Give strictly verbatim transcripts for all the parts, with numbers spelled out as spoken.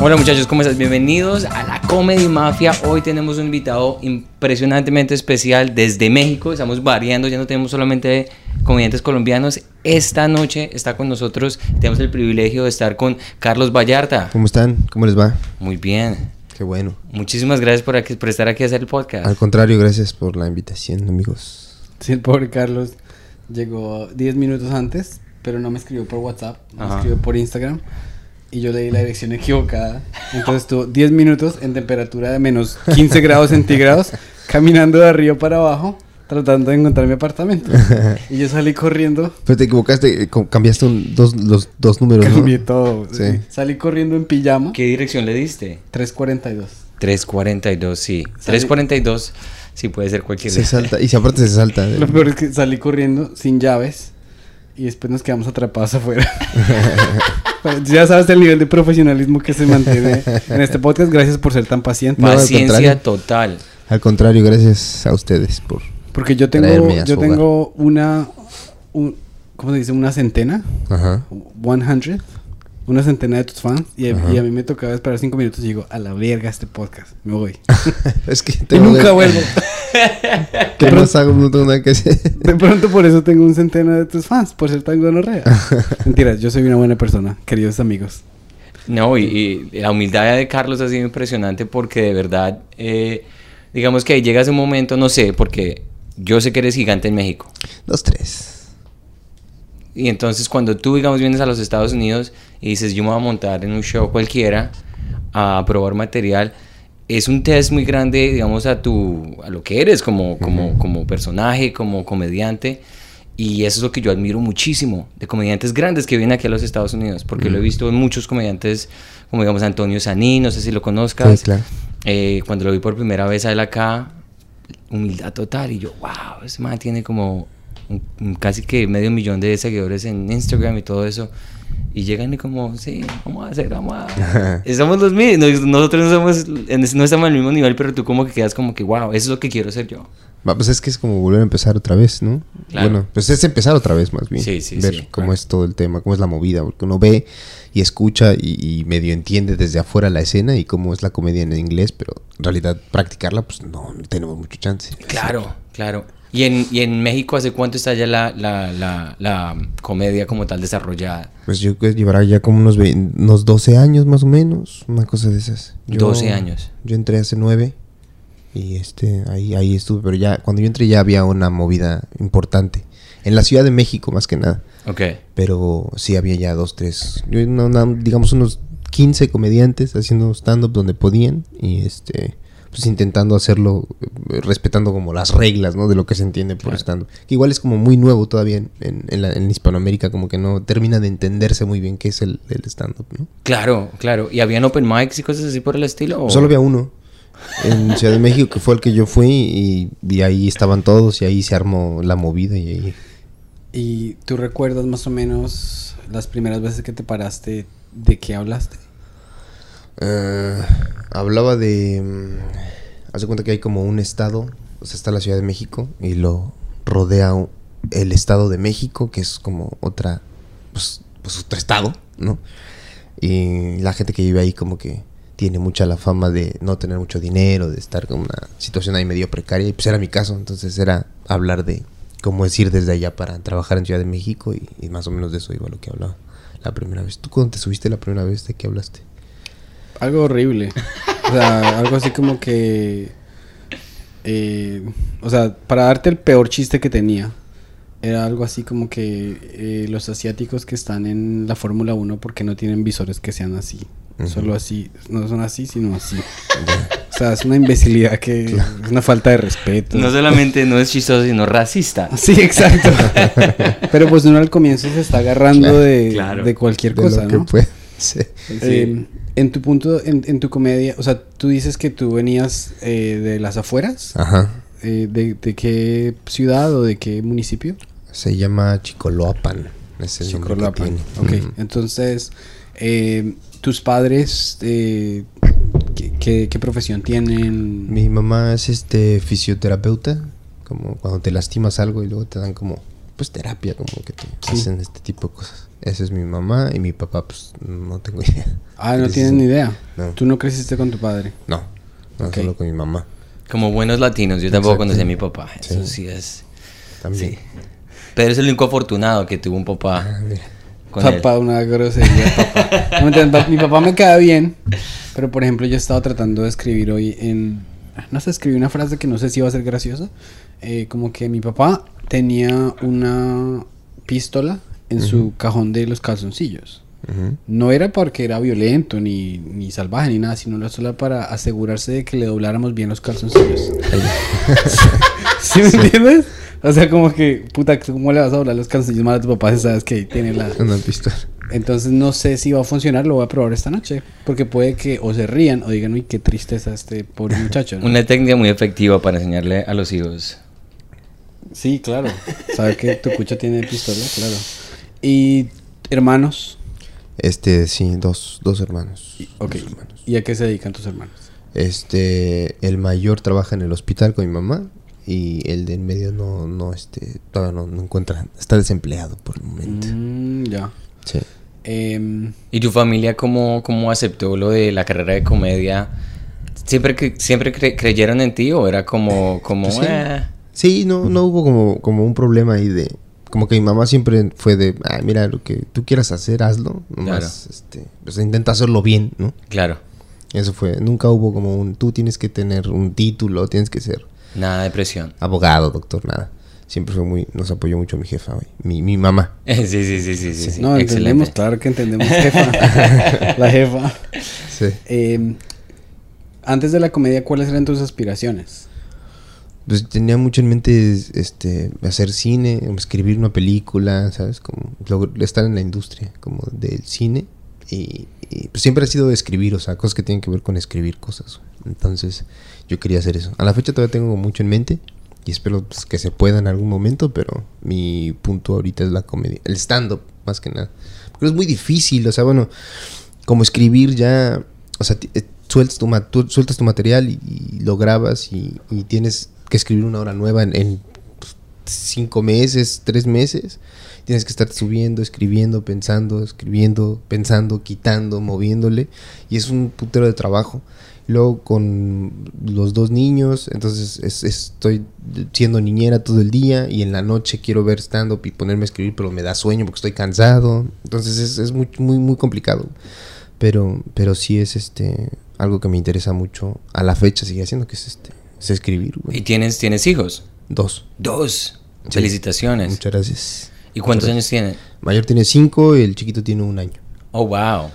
Hola muchachos, ¿cómo están? Bienvenidos a la Comedy Mafia. Hoy tenemos un invitado impresionantemente especial desde México. Estamos variando, ya no tenemos solamente comediantes colombianos. Esta noche está con nosotros, tenemos el privilegio de estar con Carlos Vallarta. ¿Cómo están? ¿Cómo les va? Muy bien. Qué bueno. Muchísimas gracias por, aquí, por estar aquí a hacer el podcast. Al contrario, gracias por la invitación, amigos. Sí, el pobre Carlos llegó diez minutos antes, pero no me escribió por WhatsApp, me Ajá. escribió por Instagram. Y yo le di la dirección equivocada. Entonces estuvo diez minutos en temperatura de menos quince grados centígrados, caminando de arriba para abajo, tratando de encontrar mi apartamento. Y yo salí corriendo. Pero te equivocaste, cambiaste un, dos, los dos números, ¿no? Cambié todo. Sí. Sí. Salí corriendo en pijama. ¿Qué dirección le diste? tres cuarenta y dos. tres cuarenta y dos, sí. Salí- tres cuarenta y dos, sí puede ser cualquier Se salta, y si aparte se salta. Lo peor es que salí corriendo sin llaves y después nos quedamos atrapados afuera. Ya sabes el nivel de profesionalismo que se mantiene en este podcast. Gracias por ser tan paciente. No, al Paciencia contrario. total. Al contrario, gracias a ustedes por... Porque yo tengo, Traerme a yo su tengo una, un, ¿cómo se dice? Una centena, Ajá. one una centena de tus fans y, Ajá. y a mí me tocaba esperar cinco minutos y digo, a la verga este podcast, me voy. Es que Y tengo nunca de- vuelvo. ¿Qué más hago? No tengo nada que hacer. De pronto por eso tengo un centena de tus fans, por ser tan gonorrea. Mentiras, yo soy una buena persona, queridos amigos. No, y, y la humildad de Carlos ha sido impresionante porque de verdad, eh, digamos que ahí llegas a un momento, no sé, porque yo sé que eres gigante en México. Dos, tres. Y entonces cuando tú, digamos, vienes a los Estados Unidos y dices, yo me voy a montar en un show cualquiera a probar material, es un test muy grande, digamos, a tu a lo que eres como, como, Ujú. como personaje, como comediante. Y eso es lo que yo admiro muchísimo de comediantes grandes que vienen aquí a los Estados Unidos, porque lo he visto en muchos comediantes, como digamos Antonio Sanín, no sé si lo conozcas. Sí, claro. Eh, cuando lo vi por primera vez a él acá, humildad total. Y yo, wow, ese man tiene como un- un casi que medio millón de seguidores en Instagram y todo eso. Y llegan y como, sí, vamos a hacer, vamos a... Somos los mismos, nosotros no, somos, en- no estamos al mismo nivel, pero tú como que quedas como que, wow, eso es lo que quiero ser yo. Va, pues es que es como volver a empezar otra vez, ¿no? Claro. Bueno, pues es empezar otra vez más bien. Sí, sí, Ver sí, cómo claro. es todo el tema, cómo es la movida, porque uno ve y escucha y, y medio entiende desde afuera la escena y cómo es la comedia en inglés, pero en realidad practicarla, pues no, no tenemos mucho chance. Claro, claro. ¿Y en, y en México hace cuánto está ya la, la, la, la comedia como tal desarrollada? Pues yo creo que llevará ya como unos, ve- unos doce años más o menos, una cosa de esas. Yo- doce años. Yo entré hace nueve y este ahí ahí estuve, pero ya cuando yo entré ya había una movida importante. En la Ciudad de México más que nada. Ok. Pero sí había ya dos, tres, yo, no, no, digamos unos quince comediantes haciendo stand-up donde podían y este, pues intentando hacerlo, eh, respetando como las reglas, ¿no? De lo que se entiende por Claro. stand-up. Que igual es como muy nuevo todavía en, en, en, la- en Hispanoamérica, como que no termina de entenderse muy bien qué es el, el stand-up, ¿no? Claro, claro. ¿Y habían open mics y cosas así por el estilo? o? Solo había uno en Ciudad de México que fue el que yo fui y, y ahí estaban todos y ahí se armó la movida y ahí... ¿Y tú recuerdas más o menos las primeras veces que te paraste, de qué hablaste? Eh, hablaba de... mm, haz de cuenta que hay como un estado, o sea, está la Ciudad de México y lo rodea u- el Estado de México, que es como otra, pues, pues otro estado, ¿no? Y la gente que vive ahí como que tiene mucha la fama de no tener mucho dinero, de estar con una situación ahí medio precaria, y pues era mi caso, entonces era hablar de cómo es ir desde allá para trabajar en Ciudad de México y, y más o menos de eso iba lo que hablaba la primera vez. ¿Tú cuando te subiste la primera vez de qué hablaste? Algo horrible. O sea, algo así como que... eh, o sea, para darte el peor chiste que tenía, era algo así como que eh, los asiáticos que están en la Fórmula uno porque no tienen visores que sean así. Ujú. Solo así. No son así, sino así. O sea, es una imbecilidad que... Es una falta de respeto. No solamente no es chistoso, sino racista. Sí, exacto. Pero pues uno al comienzo se está agarrando Claro, de, claro. de cualquier De cosa, lo que ¿no? puede. Sí. Eh, en tu punto, en, en tu comedia, o sea, tú dices que tú venías eh, de las afueras. Ajá. Eh, de, ¿De qué ciudad o de qué municipio? Se llama Chicoloapan. Es el nombre que Chicoloapan. tiene. Ok, Ujú. entonces, eh, tus padres, eh, ¿qué, qué, qué profesión tienen? Mi mamá es este fisioterapeuta. Como cuando te lastimas algo y luego te dan como pues terapia, como que te Sí. hacen este tipo de cosas. Esa es mi mamá y mi papá, pues no tengo idea. Ah, no tienes ni idea. No. ¿Tú no creciste con tu padre? No, no Ok. solo con mi mamá. Como buenos latinos, yo tampoco Exacto. conocí a mi papá. Eso Sí. sí es. También. Sí. Pero es el único afortunado que tuvo un papá Ah, mira. con él. Papá, una grosería, papá. No, me entiendes, mi papá me cae bien, pero por ejemplo yo estaba tratando de escribir hoy en... No sé, escribí una frase que no sé si iba a ser graciosa. Eh, como que mi papá tenía una pistola en uh-huh. su cajón de los calzoncillos. Uh-huh. No era porque era violento, ni, ni salvaje, ni nada, sino solo para asegurarse de que le dobláramos bien los calzoncillos. ¿Sí me sí. entiendes? O sea, como que, puta, ¿cómo le vas a doblar los calzoncillos mal a tu papá si sabes que ahí tiene la... Una pistola. Entonces no sé si va a funcionar, lo voy a probar esta noche. Porque puede que o se rían o digan, uy, qué tristeza este pobre muchacho, ¿no? Una técnica muy efectiva para enseñarle a los hijos. Sí, claro. Saber que tu cucho tiene pistola, claro. ¿Y hermanos? Este, sí, dos, dos hermanos. Y, ok. Dos hermanos. ¿Y a qué se dedican tus hermanos? Este, el mayor trabaja en el hospital con mi mamá. Y el de en medio no, no, este, todavía no, no encuentra, está desempleado por el momento. Mm, ya. Sí. Eh, ¿Y tu familia cómo, cómo aceptó lo de la carrera de comedia? ¿Siempre, cre- siempre cre- creyeron en ti o era como, como Pues sí. eh? Sí, no, no hubo como, como un problema ahí de, como que mi mamá siempre fue de, ah, mira, lo que tú quieras hacer, hazlo, nomás, Claro. este, pues intenta hacerlo bien, ¿no? Claro, Eso fue, nunca hubo como un, tú tienes que tener un título, tienes que ser nada de presión. abogado, doctor, nada. Siempre fue muy, nos apoyó mucho mi jefa, güey. Mi, mi mamá. Sí, sí, sí, sí, sí, sí. no, entendemos, Excelente. claro que entendemos, jefa. La jefa. Sí. Eh, antes de la comedia, ¿cuáles eran tus aspiraciones? Pues tenía mucho en mente, este, hacer cine, escribir una película, ¿sabes? Como luego estar en la industria, como del cine. Y, y pues siempre ha sido escribir, o sea, cosas que tienen que ver con escribir cosas. Entonces, yo quería hacer eso. A la fecha todavía tengo mucho en mente. Y espero pues, que se pueda en algún momento, pero mi punto ahorita es la comedia. El stand-up, más que nada. Porque es muy difícil, o sea, bueno, como escribir ya... O sea, t- eh, sueltas, tu ma- tú sueltas tu material y, y lo grabas y, y tienes que escribir una hora nueva en, en pues, cinco meses, tres meses. Tienes que estar subiendo, escribiendo, pensando, escribiendo, pensando, quitando, moviéndole. Y es un putero de trabajo. Luego con los dos niños, entonces es, es, estoy siendo niñera todo el día y en la noche quiero ver stand-up y ponerme a escribir, pero me da sueño porque estoy cansado. Entonces es, es muy, muy, muy complicado. Pero, pero sí es este algo que me interesa mucho. A la fecha sigue haciendo, que es este es escribir, güey. ¿Y tienes, tienes hijos? Dos. Dos. Sí. Felicitaciones. Muchas gracias. ¿Y cuántos Muchas años tiene? gracias. Mayor tiene cinco y el chiquito tiene un año. Oh, wow.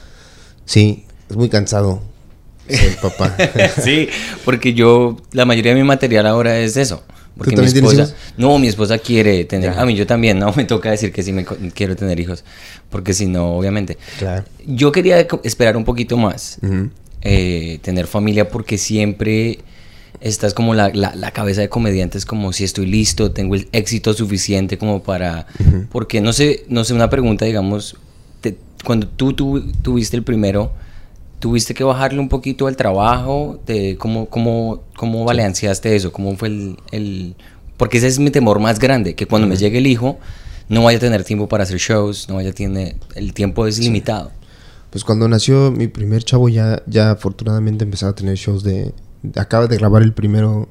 Sí, es muy cansado ser papá. Sí, porque yo, la mayoría de mi material ahora es eso. Porque ¿Tú mi también tienes esposa, no, mi esposa quiere tener, Ya. a mí yo también, no, me toca decir que sí me co- quiero tener hijos, porque si no, obviamente. Claro. Yo quería co- esperar un poquito más, Ujú. eh, tener familia, porque siempre estás como la, la, la cabeza de comediante, es como si estoy listo, tengo el éxito suficiente como para, Ujú. porque no sé, no sé, una pregunta, digamos, te- cuando tú, tú tuviste el primero, ¿tuviste que bajarle un poquito al trabajo? De ¿Cómo, cómo, cómo balanceaste eso? ¿Cómo fue el, el...? Porque ese es mi temor más grande, que cuando me llegue el hijo, no vaya a tener tiempo para hacer shows, no vaya a tener... El tiempo es limitado. Pues cuando nació mi primer chavo ya, ya afortunadamente empezaba a tener shows de... Acaba de grabar el primero...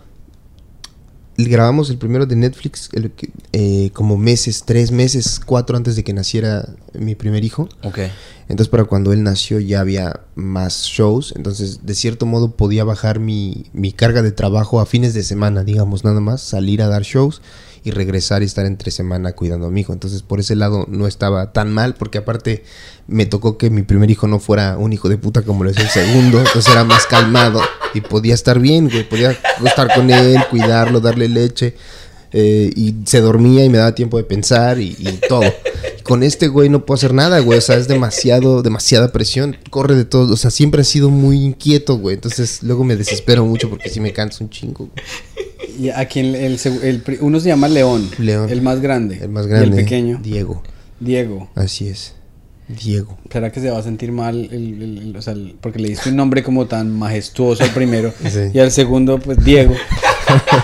Grabamos el primero de Netflix el que- eh, como meses, tres meses, cuatro antes de que naciera mi primer hijo. Ok. Entonces para cuando él nació ya había más shows. Entonces de cierto modo podía bajar mi, mi carga de trabajo a fines de semana, digamos, nada más. Salir a dar shows y regresar y estar entre semana cuidando a mi hijo. Entonces por ese lado no estaba tan mal, porque aparte me tocó que mi primer hijo no fuera un hijo de puta como lo es el segundo. Entonces era más calmado y podía estar bien, güey. Podía estar con él, cuidarlo, darle leche. Eh, y se dormía y me daba tiempo de pensar y, y todo. Con este güey no puedo hacer nada, güey. O sea, es demasiado, demasiada presión. Corre de todo. O sea, siempre ha sido muy inquieto, güey. Entonces luego me desespero mucho porque sí me canso un chingo, güey. Y aquí el, el, seg- el pri- uno se llama León, León. el más grande. El más grande. Y el pequeño, Diego. Diego. Así es. Diego. ¿Será que se va a sentir mal el, el- el- o sea, el- porque le diste un nombre como tan majestuoso al primero Sí. y al segundo pues Diego?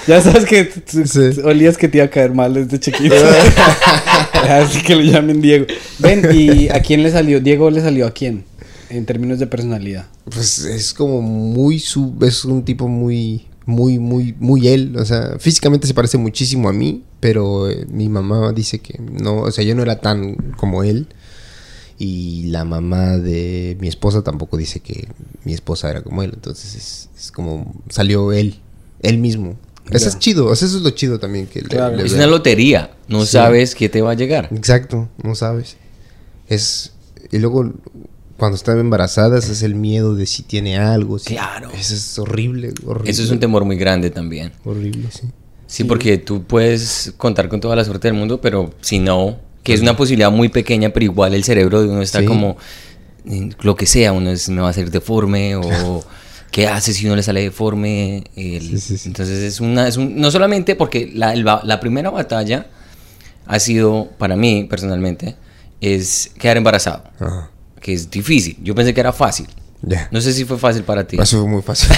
Ya sabes que t- Sí. t- olías que te iba a caer mal desde chiquito. Así que lo llamen Diego. Ven, ¿y a quién le salió? ¿Diego le salió a quién? En términos de personalidad. Pues es como muy su... Es un tipo muy... Muy, muy, muy él. O sea, físicamente se parece muchísimo a mí. Pero eh, mi mamá dice que no... O sea, yo no era tan como él. Y la mamá de mi esposa tampoco dice que mi esposa era como él. Entonces es, es como... Salió él. Él mismo. Eso Ya. es chido. O sea, eso es lo chido también. Que le- Claro. le Es veo. una lotería. No Sí. sabes qué te va a llegar. Exacto, no sabes. Es... Y luego, cuando están embarazadas, es el miedo de si tiene algo. Si... Claro. Eso es horrible, horrible. Eso es un temor muy grande también. Horrible, sí. Sí, porque tú puedes contar con toda la suerte del mundo, pero si no, que es una posibilidad muy pequeña, pero igual el cerebro de uno está Sí. como eh, lo que sea, uno es, me va a hacer deforme o qué hace si uno le sale deforme. El- Sí, sí, sí. Entonces es una, es un, no solamente porque la, el ba- la primera batalla ha sido para mí personalmente es quedar embarazado, Ajá. que es difícil. Yo pensé que era fácil. Ya. No sé si fue fácil para ti. Eso fue muy fácil.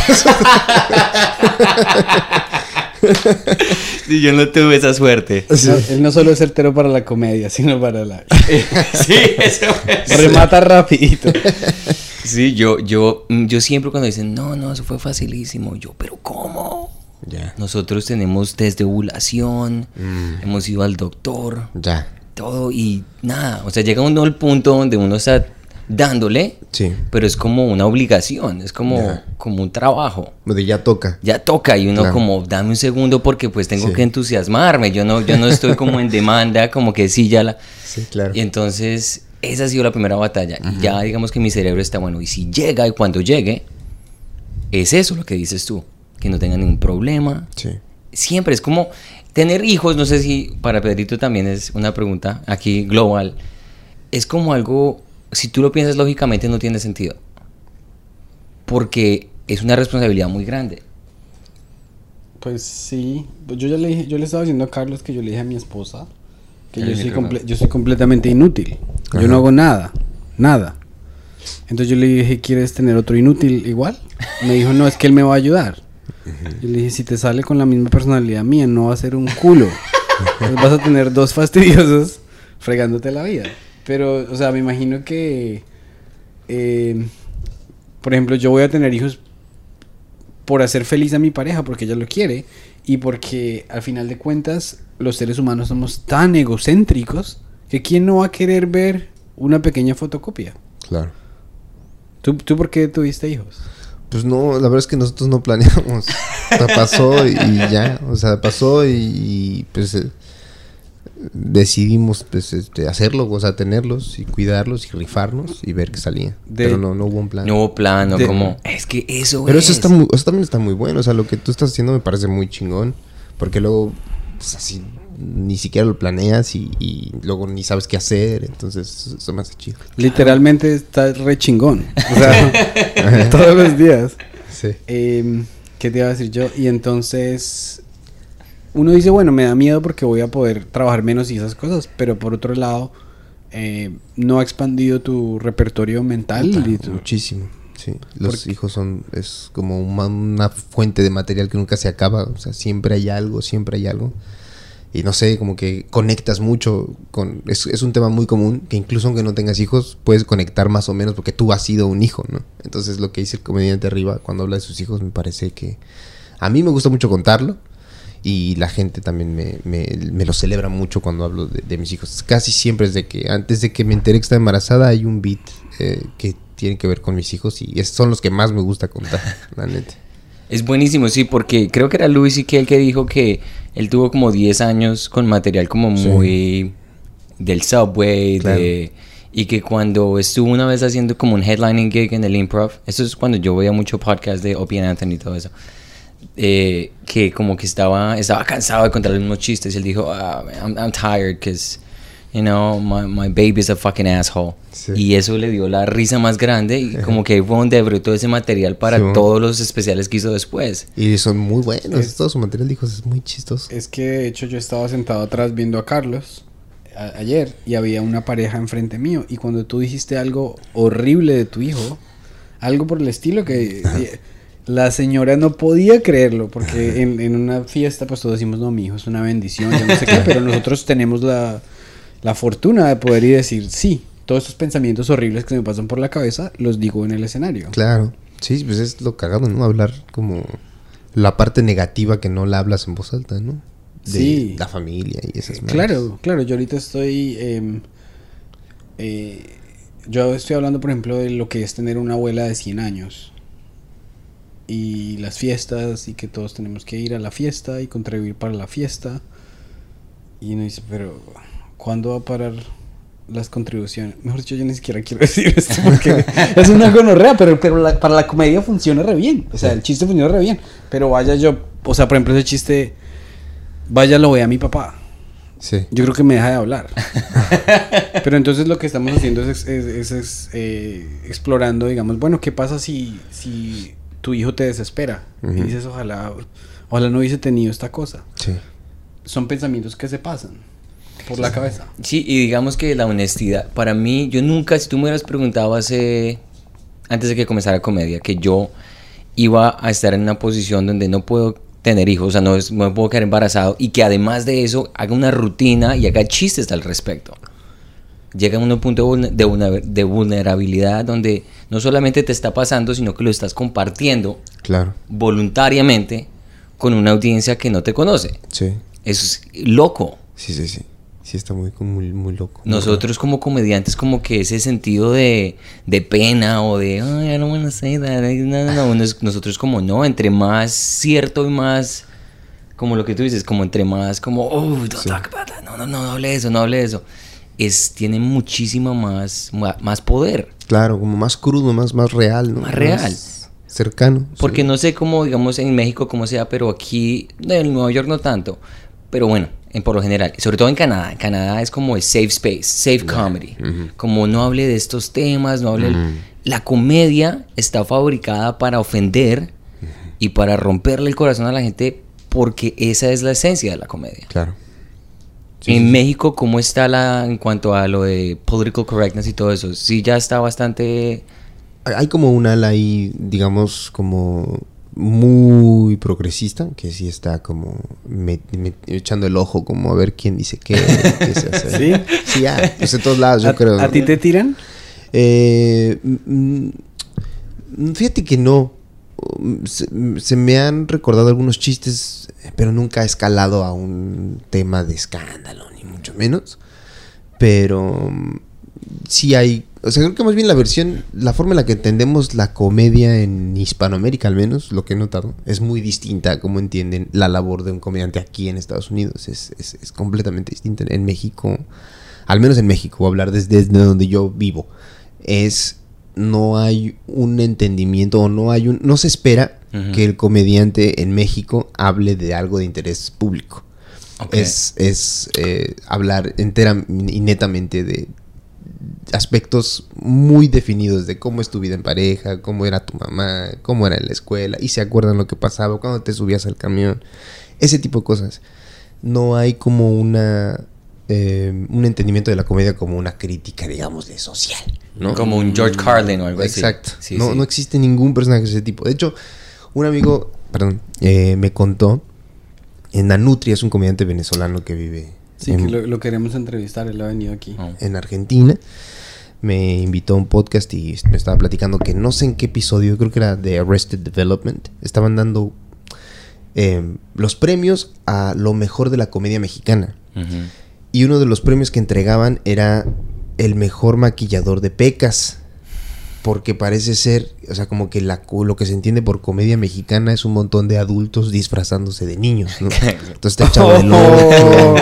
Sí, yo no tuve esa suerte. Sí. No, él no solo es certero para la comedia, sino para la... Sí, eso fue. Remata rapidito. Sí, yo, yo, mm, yo siempre cuando dicen, no, no, eso fue facilísimo, yo, pero ¿cómo? Ya. Nosotros tenemos test de ovulación, Mm. hemos ido al doctor, Ya. todo y nada. O sea, llega uno al punto donde uno está dándole, Sí. pero es como una obligación, es como, Ya. como un trabajo. Donde ya toca. Ya toca y uno Claro. como, dame un segundo porque pues tengo Sí. que entusiasmarme. Yo no, yo no estoy como en demanda, como que sí, ya la... Sí, claro. Y entonces, esa ha sido la primera batalla. Y ya digamos que mi cerebro está bueno. Y si llega y cuando llegue, es eso lo que dices tú. Que no tenga ningún problema. Sí. Siempre es como tener hijos. No sé si para Pedrito también es una pregunta aquí global. Es como algo, si tú lo piensas lógicamente, no tiene sentido. Porque es una responsabilidad muy grande. Pues sí, pues yo ya le dije, yo le estaba diciendo a Carlos que yo le dije a mi esposa que El yo soy, micrófono. comple- yo soy completamente inútil. Yo Ajá. no hago nada, nada. Entonces yo le dije, ¿quieres tener otro inútil igual? Me dijo, no, es que él me va a ayudar. Yo le dije, si te sale con la misma personalidad mía, no va a ser un culo. Entonces vas a tener dos fastidiosos fregándote la vida. Pero, o sea, me imagino que, eh, por ejemplo, yo voy a tener hijos por hacer feliz a mi pareja, porque ella lo quiere, y porque al final de cuentas los seres humanos somos tan egocéntricos que ¿quién no va a querer ver una pequeña fotocopia? Claro. ¿Tú, tú por qué tuviste hijos? Pues no, la verdad es que nosotros no planeamos. O sea, pasó y, y ya. O sea, pasó y, y, pues eh, decidimos pues este, hacerlo, o sea, tenerlos y cuidarlos y rifarnos y ver qué salía. De- Pero no, no hubo un plan. No hubo plan, no De- como, es que eso Pero es. eso está muy, eso también está muy bueno. O sea, lo que tú estás haciendo me parece muy chingón. Porque luego, pues así, ni siquiera lo planeas y, y luego ni sabes qué hacer. Entonces, eso me hace chido. Literalmente está re chingón. O sea, todos los días. Sí. Eh, ¿Qué te iba a decir yo? Y entonces uno dice, bueno, me da miedo porque voy a poder trabajar menos y esas cosas, pero por otro lado, eh, no ha expandido tu repertorio mental. Puta, y tu- muchísimo. Sí. Los Porque- hijos son, es como una, una fuente de material que nunca se acaba. O sea, siempre hay algo, siempre hay algo. Y no sé, como que conectas mucho con... Es, es un tema muy común, que incluso aunque no tengas hijos, puedes conectar más o menos porque tú has sido un hijo, ¿no? Entonces lo que dice el comediante arriba cuando habla de sus hijos me parece que... A mí me gusta mucho contarlo y la gente también me, me, me lo celebra mucho cuando hablo de, de mis hijos. Casi siempre es de que antes de que me enteré que está embarazada hay un beat eh, que tiene que ver con mis hijos y es, son los que más me gusta contar, la neta. Es buenísimo, sí, porque creo que era Louis C K el que dijo que él tuvo como diez años con material como Sí. muy del subway, Claro. de, y que cuando estuvo una vez haciendo como un headlining gig en el Improv, eso es cuando yo veía mucho podcast de Opie and Anthony y todo eso, eh, que como que estaba, estaba cansado de contar los mismos chistes y él dijo, ah, I'm, I'm tired because, you know, my, my baby is a fucking asshole. Sí. Y eso le dio la risa más grande y como que fue donde brotó ese material para Sí, bueno. todos los especiales que hizo después. Y son muy buenos, Es- todo su material de hijos es muy chistoso. Es que de hecho yo estaba sentado atrás viendo a Carlos a- ayer y había una pareja enfrente mío y cuando tú dijiste algo horrible de tu hijo, algo por el estilo que... La señora no podía creerlo, porque en, en una fiesta pues todos decimos, no, mi hijo es una bendición, yo no sé qué, pero nosotros tenemos la, la fortuna de poder ir y decir, sí, todos estos pensamientos horribles que me pasan por la cabeza, los digo en el escenario. Claro, sí, pues es lo cagado, ¿no? Hablar como la parte negativa que no la hablas en voz alta, ¿no? De Sí. la familia y esas madres. Claro, claro, yo ahorita estoy... Eh, eh, yo estoy hablando, por ejemplo, de lo que es tener una abuela de cien años. Y las fiestas, y que todos tenemos que ir a la fiesta y contribuir para la fiesta. Y uno dice, pero ¿cuándo va a parar las contribuciones? Mejor dicho, yo ni siquiera quiero decir esto porque es una gonorrea, pero, pero la, para la comedia funciona re bien. O sea, el chiste funciona re bien. Pero vaya yo, o sea, por ejemplo, ese chiste, vaya lo ve a mi papá. Sí. Yo creo que me deja de hablar. Pero entonces lo que estamos haciendo es, es, es, es eh, explorando, digamos, bueno, ¿qué pasa si, si tu hijo te desespera? Uh-huh. Y dices, ojalá, ojalá no hubiese tenido esta cosa. Sí. Son pensamientos que se pasan por la cabeza. Sí, y digamos que la honestidad, para mí, yo nunca, si tú me hubieras preguntado hace, antes de que comenzara comedia, que yo iba a estar en una posición donde no puedo tener hijos, o sea, no, es, no me puedo quedar embarazado, y que además de eso haga una rutina y haga chistes al respecto. Llega a un punto de, una, de vulnerabilidad donde no solamente te está pasando, sino que lo estás compartiendo, claro, voluntariamente con una audiencia que no te conoce. Sí. Eso es loco. Sí, sí, sí. Sí, está muy, muy, muy loco. Muy Nosotros raro. como comediantes, como que ese sentido de, de pena o de, ay, I don't wanna say that. No, no, no. Nosotros como no, entre más cierto y más, como lo que tú dices, como entre más, como, oh, don't sí. talk about that. No, no, no, no hable de eso, no hable de eso. Es, tiene muchísima más, más poder. Claro, como más crudo, más, más real, ¿no? Más real. Más cercano. Porque sí. no sé cómo, digamos, en México, cómo sea, pero aquí, en Nueva York no tanto. Pero bueno, en, por lo general, sobre todo en Canadá. En Canadá es como el safe space, safe yeah. comedy. Uh-huh. Como no hable de estos temas, no hable... Uh-huh. El, la comedia está fabricada para ofender uh-huh. y para romperle el corazón a la gente porque esa es la esencia de la comedia. Claro. Sí, en sí, México, ¿cómo está la en cuanto a lo de political correctness y todo eso? Sí, ya está bastante... Hay como un ala ahí, digamos, como... muy progresista, que sí está como me, me, echando el ojo como a ver quién dice qué, qué se hace. ¿Sí? Sí, ya, pues de todos lados, yo ¿A, creo. ¿A ti te tiran? Eh, mm, fíjate que no. Se, se me han recordado algunos chistes, pero nunca ha escalado a un tema de escándalo, ni mucho menos. Pero sí hay... O sea, creo que más bien la versión, la forma en la que entendemos la comedia en Hispanoamérica, al menos, lo que he notado, es muy distinta a cómo entienden la labor de un comediante aquí en Estados Unidos. Es, es, es completamente distinta. En México, al menos en México, voy a hablar desde, desde donde yo vivo, es, no hay un entendimiento o no hay un, no se espera uh-huh. que el comediante en México hable de algo de interés público. Okay. Es, es eh, hablar entera y netamente de aspectos muy definidos de cómo es tu vida en pareja, cómo era tu mamá, cómo era en la escuela, y se acuerdan lo que pasaba cuando te subías al camión, ese tipo de cosas. No hay como una eh, un entendimiento de la comedia como una crítica, digamos, de social, ¿no? Como un George Carlin o algo Exacto. así. Sí, no, sí. no existe ningún personaje de ese tipo. De hecho, un amigo, perdón, eh, me contó, en Nanutria, es un comediante venezolano que vive... Sí, en, que lo, lo queremos entrevistar, él ha venido aquí. En Argentina. Me invitó a un podcast y me estaba platicando que no sé en qué episodio, creo que era de Arrested Development, estaban dando eh, los premios a lo mejor de la comedia mexicana. Uh-huh. Y uno de los premios que entregaban era el mejor maquillador de pecas. Porque parece ser, o sea, como que la, lo que se entiende por comedia mexicana es un montón de adultos disfrazándose de niños, ¿no? Entonces está el Chavo del Ocho,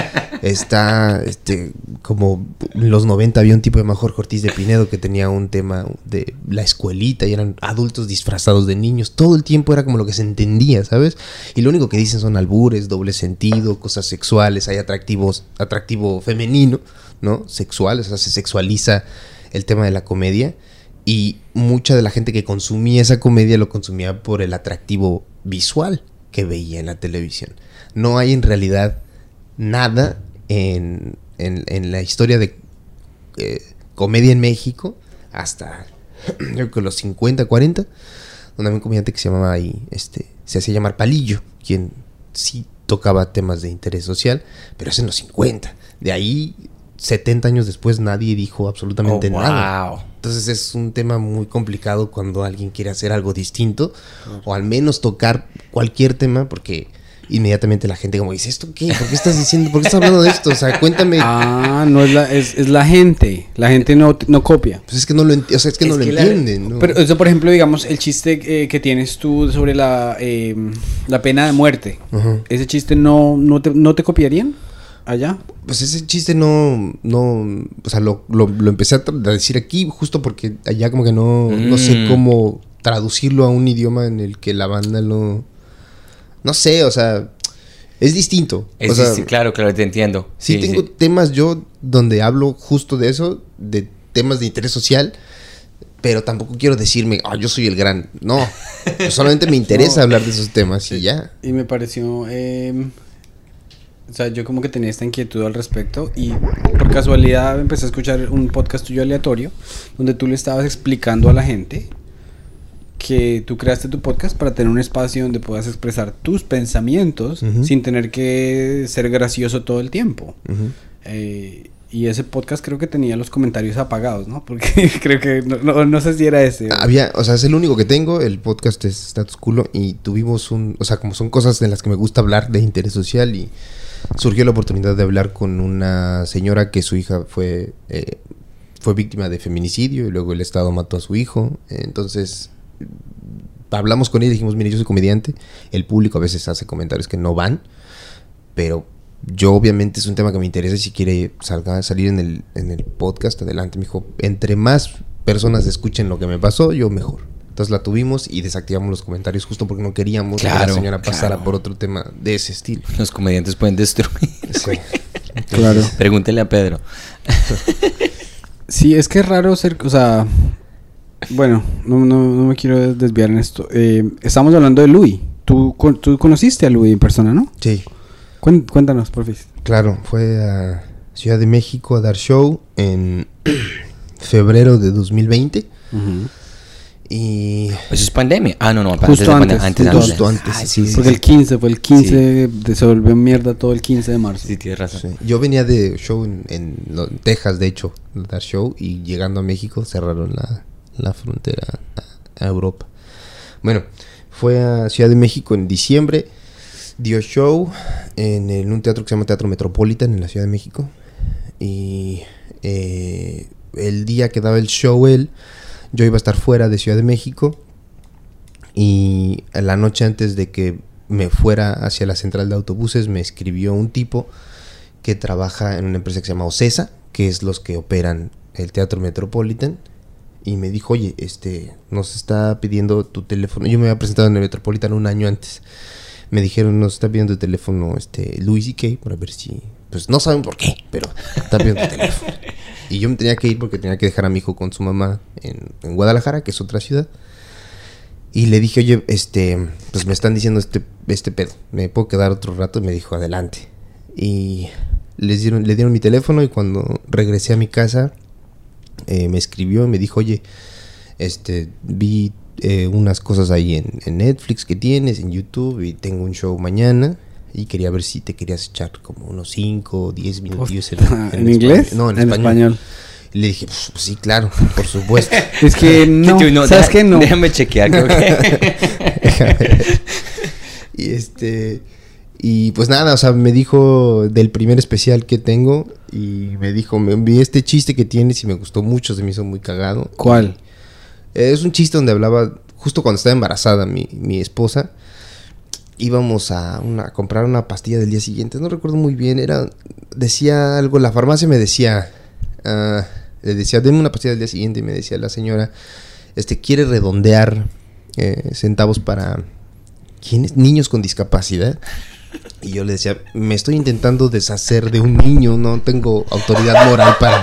está, este, como en los noventa había un tipo de Jorge Ortiz de Pinedo que tenía un tema de la escuelita y eran adultos disfrazados de niños. Todo el tiempo era como lo que se entendía, ¿sabes? Y lo único que dicen son albures, doble sentido, cosas sexuales, hay atractivos, atractivo femenino, ¿no? Sexual, o sea, se sexualiza el tema de la comedia. Y mucha de la gente que consumía esa comedia lo consumía por el atractivo visual que veía en la televisión. No hay en realidad nada en, en, en la historia de eh, comedia en México hasta yo creo que los cincuenta, cuarenta, donde había un comediante que se llamaba ahí, este, se hacía llamar Palillo, quien sí tocaba temas de interés social, pero es en los cincuenta. De ahí, setenta años después, nadie dijo absolutamente Oh, wow. nada. Entonces es un tema muy complicado cuando alguien quiere hacer algo distinto, o al menos tocar cualquier tema, porque inmediatamente la gente como dice, ¿esto qué? ¿Por qué estás diciendo? ¿Por qué estás hablando de esto? O sea, cuéntame. Ah, no es la, es, es la gente. La gente no, no copia. Pues es que no lo, enti- o sea, es que Es no lo que la- entienden, ¿no? Pero eso, por ejemplo, digamos, el chiste eh, que tienes tú sobre la, eh, la pena de muerte. Ajá. ¿Ese chiste no, no, te, no te copiarían allá? Pues ese chiste no, no, o sea, lo, lo, lo empecé a, tra- a decir aquí justo porque allá como que no, Mm. no sé cómo traducirlo a un idioma en el que la banda no, no sé, o sea, es distinto. Es o sea, disti- claro, claro, te entiendo. sí, tengo temas yo donde hablo justo de eso, de temas de interés social, pero tampoco quiero decirme, ah, yo soy el gran, no, pues solamente me interesa No. hablar de esos temas y ya. Y me pareció... eh, o sea, yo como que tenía esta inquietud al respecto y por casualidad empecé a escuchar un podcast tuyo aleatorio donde tú le estabas explicando a la gente que tú creaste tu podcast para tener un espacio donde puedas expresar tus pensamientos Ujú. sin tener que ser gracioso todo el tiempo. Ujú. Eh, y ese podcast creo que tenía los comentarios apagados, ¿no? Porque creo que no, no, no sé si era ese. Había, o sea, es el único que tengo, el podcast es Status Culo y tuvimos un, o sea, como son cosas de las que me gusta hablar de interés social y surgió la oportunidad de hablar con una señora que su hija fue, eh, fue víctima de feminicidio y luego el Estado mató a su hijo, entonces hablamos con ella y dijimos, mire, yo soy comediante, el público a veces hace comentarios que no van, pero yo obviamente es un tema que me interesa y si quiere salga, salir en el, en el podcast, adelante. Me dijo, entre más personas escuchen lo que me pasó, yo mejor. Entonces la tuvimos y desactivamos los comentarios justo porque no queríamos que Claro, la señora pasara claro. por otro tema de ese estilo. Los comediantes pueden destruir. Sí. Claro. Pregúntele a Pedro. Sí, es que es raro ser, o sea, bueno, no, no, no me quiero desviar en esto. Eh, estamos hablando de Louis. Tú, con- tú conociste a Louis en persona, ¿no? Sí, Cuen- Cuéntanos, por favor. claro. Fue a Ciudad de México a dar show en febrero de dos mil veinte y... Eso es pandemia. Ah, no, no, Justo antes de antes, pandemia, antes, justo antes. antes, Ay, sí, sí, sí, Porque sí. el quince, fue el quince, de, se volvió mierda todo el quince de marzo. Sí, tienes razón. Sí. Yo venía de show en, en, lo- en Texas, de hecho, de dar show y llegando a México cerraron la, la frontera a, a Europa. Bueno, fue a Ciudad de México en diciembre, dio show en, el- en un teatro que se llama Teatro Metropolitan en la Ciudad de México y eh, el día que daba el show él, yo iba a estar fuera de Ciudad de México y la noche antes de que me fuera hacia la central de autobuses me escribió un tipo que trabaja en una empresa que se llama Ocesa, que es los que operan el Teatro Metropolitan, y me dijo, oye, este, nos está pidiendo tu teléfono. Yo me había presentado en el Metropolitan un año antes. Me dijeron, nos está pidiendo tu teléfono, este, Louis C K, para ver si, pues no saben por qué, pero está pidiendo tu teléfono. Y yo me tenía que ir porque tenía que dejar a mi hijo con su mamá en, en Guadalajara, que es otra ciudad. Y le dije, oye, este, pues me están diciendo este, este pedo, ¿me puedo quedar otro rato? Y me dijo, adelante. Y les dieron, le dieron mi teléfono y cuando regresé a mi casa, eh, me escribió y me dijo, oye, este, vi eh, unas cosas ahí en, en Netflix que tienes, en YouTube, y tengo un show mañana y quería ver si te querías echar como unos cinco o diez minutos en, ¿En inglés? español. No, en, En español. español. Y le dije, pues, pues sí, claro, por supuesto. Es que no, Tú no, ¿sabes deja- qué? No. Déjame chequear, creo que... Y este y pues nada, o sea, me dijo del primer especial que tengo y me dijo, me envié este chiste que tienes y me gustó mucho, se me hizo muy cagado. ¿Cuál? Eh, es un chiste donde hablaba justo cuando estaba embarazada mi, mi esposa. Íbamos a, una, a comprar una pastilla del día siguiente, no recuerdo muy bien, era decía algo, la farmacia me decía, ah, le decía, denme una pastilla del día siguiente y me decía la señora, este, quiere redondear eh, centavos para ¿quiénes? Niños con discapacidad. Y yo le decía, me estoy intentando deshacer de un niño, no tengo autoridad moral para,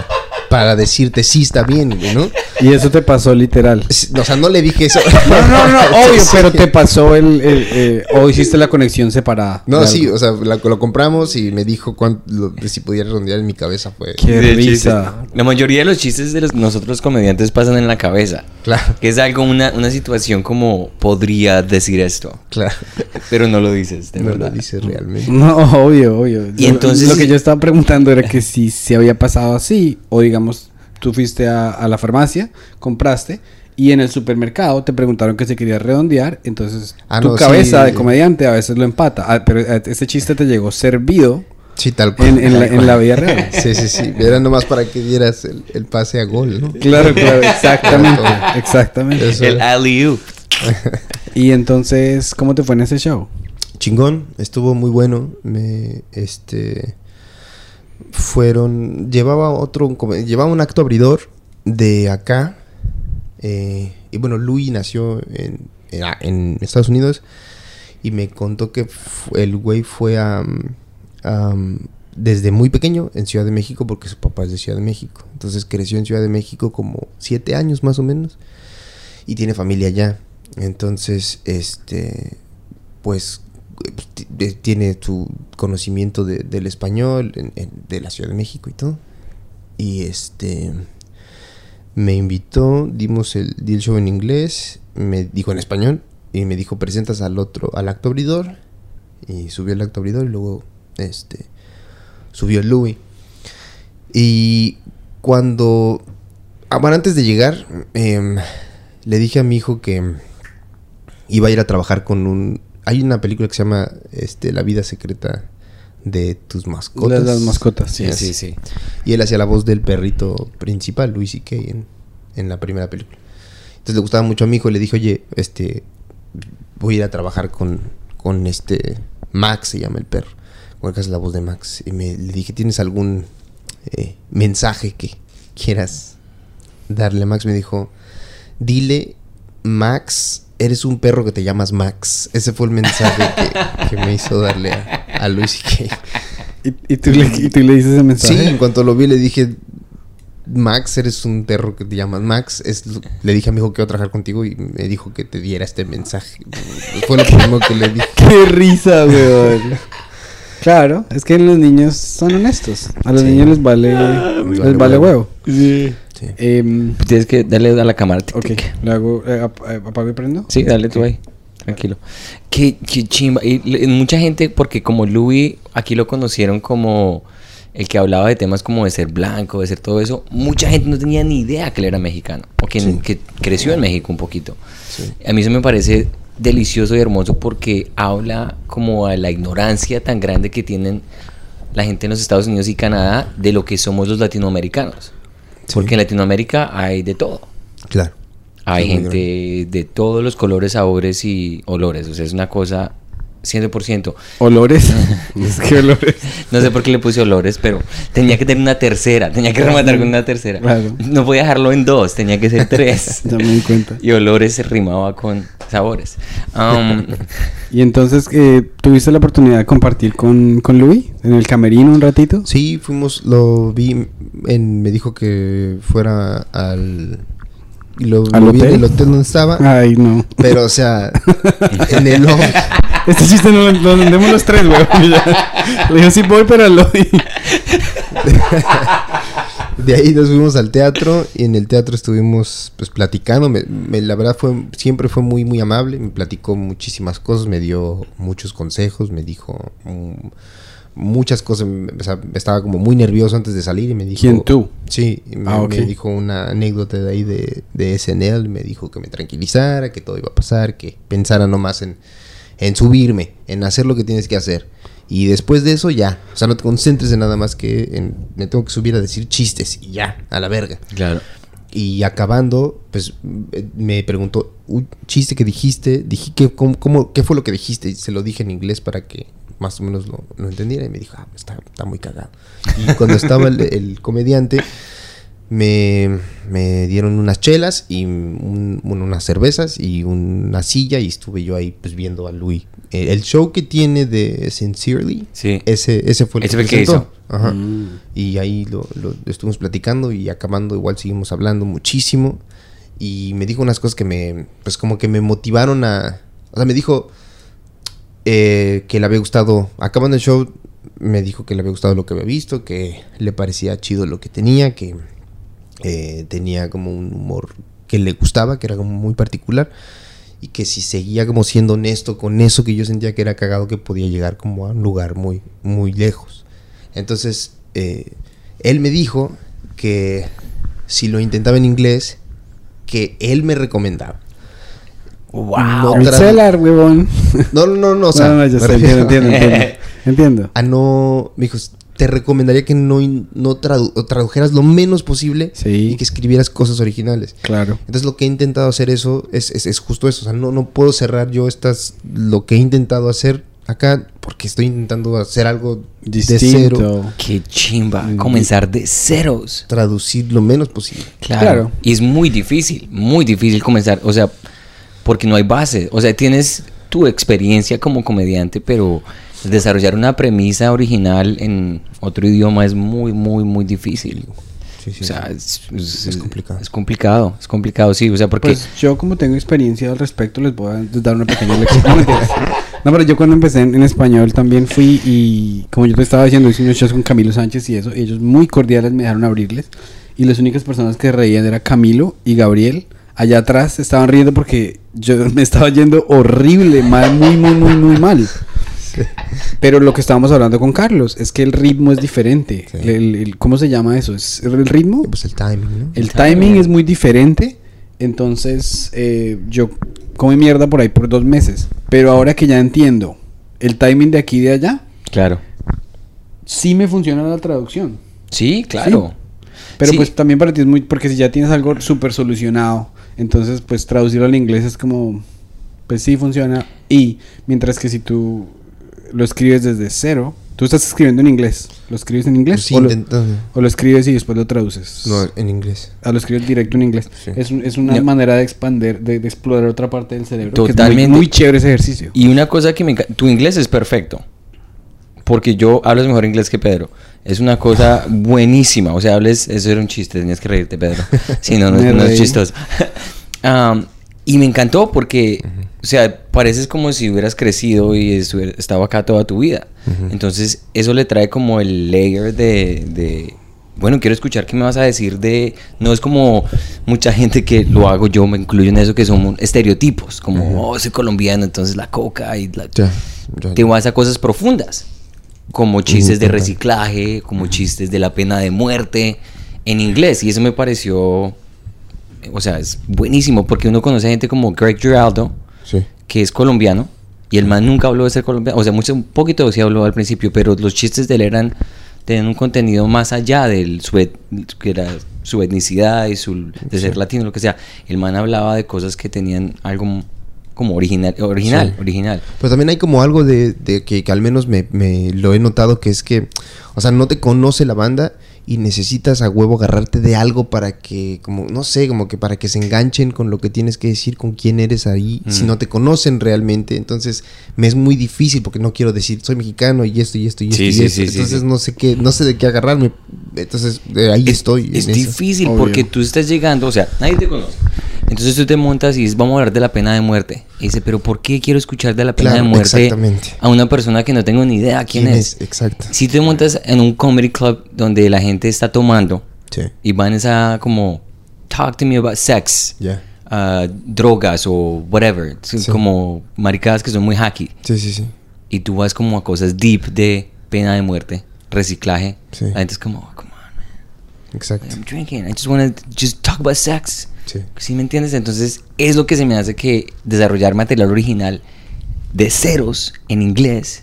para decirte sí está bien, güey, ¿no? Y eso te pasó literal. O sea, no le dije eso. No, no, no, obvio, Sí. pero te pasó el, el, eh, o hiciste la conexión separada. No, de sí, algo. o sea, la- lo compramos y me dijo cuánto, lo- si pudiera redondear en mi cabeza fue... Qué De risa. chiste. La mayoría de los chistes de los, nosotros los comediantes pasan en la cabeza. Claro, Que es algo, una, una situación como podría decir esto. claro. Pero no lo dices, de No verdad. lo dice realmente. No, obvio, obvio. Y Lo- entonces- Lo que yo estaba preguntando era que si se había pasado así, o digamos, tú fuiste a, a la farmacia, compraste, y en el supermercado te preguntaron que se quería redondear, entonces Ah, tu no, cabeza sí. de comediante a veces lo empata. Ah, pero eh, ese chiste te llegó servido Sí, tal cual. en, en, la, tal en la cual. vida real. Sí, sí, sí. Era nomás para que dieras el, el pase a gol, ¿no? Claro, claro, exactamente, Todo. exactamente. Eso. El alley-oop. Y entonces, ¿cómo te fue en ese show? Chingón, estuvo muy bueno. Me, este, fueron, llevaba otro, como- llevaba un acto abridor de acá. eh, y bueno, Louis nació en, en, en Estados Unidos y me contó que fu- el güey fue a, a, desde muy pequeño en Ciudad de México porque su papá es de Ciudad de México. Entonces creció en Ciudad de México como siete años más o menos y tiene familia allá. Entonces, este, pues t- t- tiene su conocimiento de- del español en- en- de la Ciudad de México y todo. Y este me invitó, dimos el, di el show en inglés, me dijo en español y me dijo presentas al otro, al acto abridor, y subió el acto abridor y luego este subió el Louis. Y cuando ah, bueno, antes de llegar em, le dije a mi hijo que iba a ir a trabajar con un... Hay una película que se llama este, La vida secreta de tus mascotas. Las, las mascotas, sí. Sí, Yes. sí, sí. Y él hacía la voz del perrito principal, Louis C K, en, en la primera película. Entonces le gustaba mucho a mi hijo y le dije, oye, este, voy a ir a trabajar con, con este Max, se llama el perro. Con el que hace la voz de Max. Y me, le dije, ¿tienes algún eh, mensaje que quieras darle a Max? Me dijo, dile, Max, eres un perro que te llamas Max. Ese fue el mensaje que, que me hizo darle a, a Louis C K. ¿Y, y, tú le, ¿Y tú le dices ese mensaje? Sí, en cuanto lo vi le dije, Max, eres un perro que te llamas Max. Es lo- le dije a mi hijo que iba a trabajar contigo y me dijo que te diera este mensaje. Fue lo primero que le dije. ¡Qué risa, weón! Claro, es que los niños son honestos. A los Sí. niños les vale, les les vale vale huevo. huevo. Sí. Sí. Em, Tienes que darle a la cámara. tic, ok, tic. le hago, eh, ap- eh, apago y prendo. Sí, dale tú ahí. Tranquilo. Qué, qué chimba. Y le- mucha gente, porque como Louis, aquí lo conocieron como el que hablaba de temas como de ser blanco, de ser todo eso. Mucha gente no tenía ni idea que él era mexicano. O que, Sí. que creció en México un poquito. Sí. A mí eso me parece delicioso y hermoso porque habla como a la ignorancia tan grande que tienen la gente en los Estados Unidos y Canadá de lo que somos los latinoamericanos. Sí. Porque en Latinoamérica hay de todo. Claro. Hay Sí, muy gente de todos los colores, sabores y olores. O sea, es una cosa cien por ciento. Olores. Es que olores. No sé por qué le puse olores, pero tenía que tener una tercera. Tenía que rematar con una tercera. Claro. No podía dejarlo en dos, tenía que ser tres. Ya me di cuenta. Y olores se rimaba con sabores. Um, Y entonces, eh, ¿tuviste la oportunidad de compartir con, con Louis en el camerino un ratito? Sí, fuimos, lo vi, en, me dijo que fuera al... y Lo, ¿Al lo vi en hotel? el hotel donde estaba. Ay, no. Pero, o sea, en el... Este chiste no lo, lo entendemos los tres, weón. Ya. Le digo, sí voy, pero lo... De ahí nos fuimos al teatro y en el teatro estuvimos pues platicando. Me, me- la verdad fue siempre fue muy muy amable. Me platicó muchísimas cosas, me dio muchos consejos, me dijo mm, muchas cosas. O sea, estaba como muy nervioso antes de salir y me dijo... ¿Quién, tú? Sí, y me, Ah, ok. me dijo una anécdota de ahí de, de S N L. Me dijo que me tranquilizara, que todo iba a pasar, que pensara nomás en, en subirme, en hacer lo que tienes que hacer. Y después de eso ya, o sea, no te concentres en nada más que en, me tengo que subir a decir chistes y ya, a la verga. claro. Y acabando, pues eh, me preguntó, un chiste que dijiste, dije, ¿qué, cómo, cómo- ¿qué fue lo que dijiste? Y se lo dije en inglés para que más o menos lo, lo entendiera y me dijo, ah, está, está muy cagado. Y cuando estaba el, el comediante, me, me dieron unas chelas y un, bueno, unas cervezas y una silla y estuve yo ahí pues viendo a Luis. El, el show que tiene de Sincerely, Sí. ese, ese fue el Ese que fue el que presentó. hizo. Ajá. Mm. Y ahí lo, lo estuvimos platicando y acabando igual seguimos hablando muchísimo. Y me dijo unas cosas que me, pues como que me motivaron a... O sea, me dijo eh, que le había gustado, acabando el show, me dijo que le había gustado lo que había visto, que le parecía chido lo que tenía, que eh, tenía como un humor que le gustaba, que era como muy particular. Y que si seguía como siendo honesto con eso que yo sentía que era cagado, que podía llegar como a un lugar muy, muy lejos. Entonces, eh, él me dijo que si lo intentaba en inglés, que él me recomendaba. Wow. No El tra- celular, huevón. No, no, no, no, o sea, no, no, yo me sé, refiero entiendo, entiendo, entiendo. Entiendo. a no, me dijo, te recomendaría que no, in- no tradu- o tradujeras lo menos posible Sí. y que escribieras cosas originales. Claro. Entonces lo que he intentado hacer eso es, es, es justo eso. O sea, no, no puedo cerrar yo estas, lo que he intentado hacer acá porque estoy intentando hacer algo de cero, Distinto. Qué chimba. Mm. Comenzar de ceros. traducir lo menos posible. Claro. Claro. Y es muy difícil, muy difícil comenzar. O sea, porque no hay base. O sea, tienes tu experiencia como comediante, pero desarrollar una premisa original en otro idioma es muy, muy, muy difícil. Sí, sí, O sea, sí. es, es- Es complicado. Es complicado, es complicado, sí. O sea, porque... Pues yo como tengo experiencia al respecto les voy a dar una pequeña lección. No, mentiras. No, pero yo cuando empecé en, en español también fui y como yo te estaba diciendo, hice unos shows con Camilo Sánchez y eso, y ellos muy cordiales me dejaron abrirles y las únicas personas que reían era Camilo y Gabriel. Allá atrás estaban riendo porque yo me estaba yendo horrible, mal, muy, muy, muy, muy mal. Pero lo que estábamos hablando con Carlos es que el ritmo es diferente. Sí. El- el- ¿Cómo se llama eso? ¿Es el ritmo? Pues el timing, ¿no? El El timing timing. es muy diferente. Entonces, eh, yo comí mierda por ahí por dos meses. Pero ahora que ya entiendo el timing de aquí y de allá, Claro. sí me funciona la traducción. Sí, claro. Pero Sí. pues también para ti es muy... Porque si ya tienes algo súper solucionado, entonces pues traducirlo al inglés es como... Pues sí funciona. Y mientras que si tú lo escribes desde cero, tú estás escribiendo en inglés. ¿Lo escribes en inglés? Sí, o, lo, intentando. o lo escribes y después lo traduces. No, en inglés. Ah, lo escribes directo en inglés. Sí. Es, un- es una No. manera de expander, de, de explorar otra parte del cerebro. que es muy- Totalmente. muy, chévere ese ejercicio. Y una cosa que me encanta, tu inglés es perfecto. Porque yo hablas mejor inglés que Pedro. Es una cosa buenísima. O sea, hables, eso era un chiste, tenías que reírte, Pedro. Si no, no, Me no es reí. chistoso. Am, y me encantó porque, o sea, pareces como si hubieras crecido y estuviera- estado acá toda tu vida. Ujú. Entonces, eso le trae como el layer de, de, bueno, quiero escuchar qué me vas a decir de... No es como mucha gente que lo hago yo, me incluyo en eso, que son estereotipos. Como, Ujú. oh, soy colombiano, entonces la coca y la... Ya, ya. Te vas a cosas profundas, como chistes de total. reciclaje, como chistes de la pena de muerte en inglés. Y eso me pareció, o sea, es buenísimo porque uno conoce a gente como Greg Giraldo, Sí. que es colombiano, y el man nunca habló de ser colombiano. O sea, mucho, un poquito sí habló al principio, pero los chistes de él eran, tenían un contenido más allá de su, et- que era su etnicidad y su, de ser Sí. latino, lo que sea. El man hablaba de cosas que tenían algo como original, original, Sí. original. Pero también hay como algo de, de que, que al menos me, me lo he notado, que es que, o sea, no te conoce la banda y necesitas a huevo agarrarte de algo para que, como, no sé, como que para que se enganchen con lo que tienes que decir, con quién eres ahí, Mm. si no te conocen realmente. Entonces, me es muy difícil porque no quiero decir, soy mexicano y esto y esto y esto Sí, y sí, esto. sí, sí, Entonces, sí. no sé qué, no sé de qué agarrarme. Entonces, de ahí es, estoy. Es en eso. difícil Obvio. porque tú estás llegando, o sea, nadie te conoce. Entonces tú te montas y dices, vamos a hablar de la pena de muerte. Y dice, pero ¿por qué quiero escuchar de la pena Claro, de muerte exactamente. a una persona que no tengo ni idea quién, es? Exacto. Si te montas en un comedy club donde la gente está tomando Sí. y van a como, talk to me about sex, Ya. uh, drogas o whatever, Sí. como maricadas que son muy hacky. Sí, sí, sí. Y tú vas como a cosas deep de pena de muerte, reciclaje. Sí. La gente es como, oh, come on, man. Exacto. I'm drinking. I just want to just talk about sex. Sí. ¿Sí me entiendes? Entonces, es lo que se me hace que desarrollar material original de ceros en inglés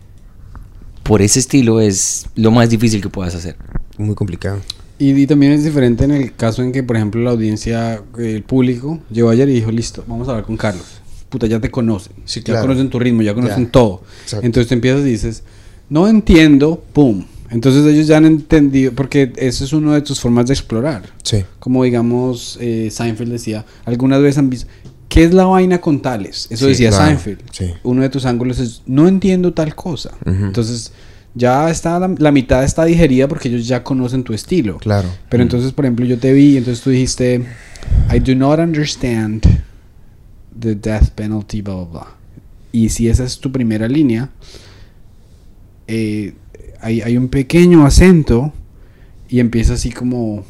por ese estilo es lo más difícil que puedas hacer. Muy complicado. Y, y también es diferente en el caso en que, por ejemplo, la audiencia, eh, el público, llegó ayer y dijo, listo, vamos a hablar con Carlos. Puta, ya te conocen. Sí, Ya claro. conocen tu ritmo, ya conocen Ya. todo. Exacto. Entonces tú empiezas y dices, no entiendo, pum. Entonces ellos ya han entendido, porque eso es una de tus formas de explorar. Sí. Como digamos, eh, Seinfeld decía, algunas veces han visto, ¿qué es la vaina con tales? Eso Sí, decía claro, Seinfeld. sí. Uno de tus ángulos es, no entiendo tal cosa. Ujú. Entonces ya está, la, la mitad está digerida porque ellos ya conocen tu estilo. Claro. Pero entonces, por ejemplo, yo te vi y entonces tú dijiste, I do not understand the death penalty, blah, blah, blah. Y si esa es tu primera línea, eh, hay, hay un pequeño acento y empieza así como,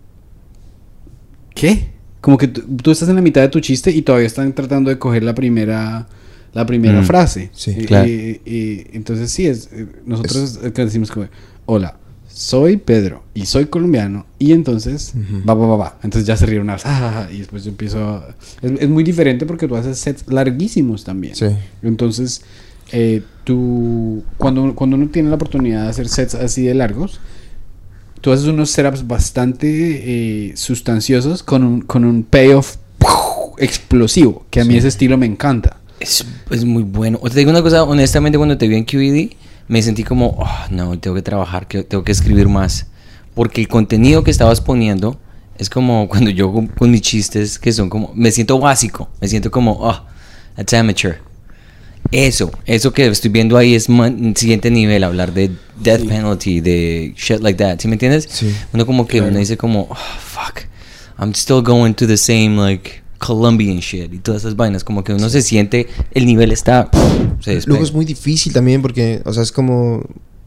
¿qué? Como que tú, tú estás en la mitad de tu chiste y todavía están tratando de coger la primera la primera Mm, frase. sí, Y- claro. y- y entonces sí, es eh, nosotros eh, que decimos como, hola, soy Pedro y soy colombiano y entonces Ujú. va, va, va, va. Entonces ya se rieron una, "Ah, ah, ah", y después yo empiezo a- es, es muy diferente porque tú haces sets larguísimos también. Sí. Entonces, eh, tú, cuando, cuando uno tiene la oportunidad de hacer sets así de largos, tú haces unos setups bastante eh, sustanciosos con un, con un payoff explosivo, que a mí Sí. ese estilo me encanta. Es, es muy bueno. O te digo una cosa, honestamente, cuando te vi en Q E D, me sentí como, oh, no, tengo que trabajar, que tengo que escribir más. Porque el contenido que estabas poniendo es como cuando yo con, con mis chistes, que son como, me siento básico, me siento como, oh, that's amateur. Eso, eso que estoy viendo ahí es man, siguiente nivel, hablar de death Sí. penalty, de shit like that, ¿sí me entiendes? Sí. Uno como que Claro. uno dice como, oh, fuck, I'm still going to the same, like, Colombian shit y todas esas vainas, como que uno se siente, el nivel está, se despega. Luego es muy difícil también porque, o sea, es como...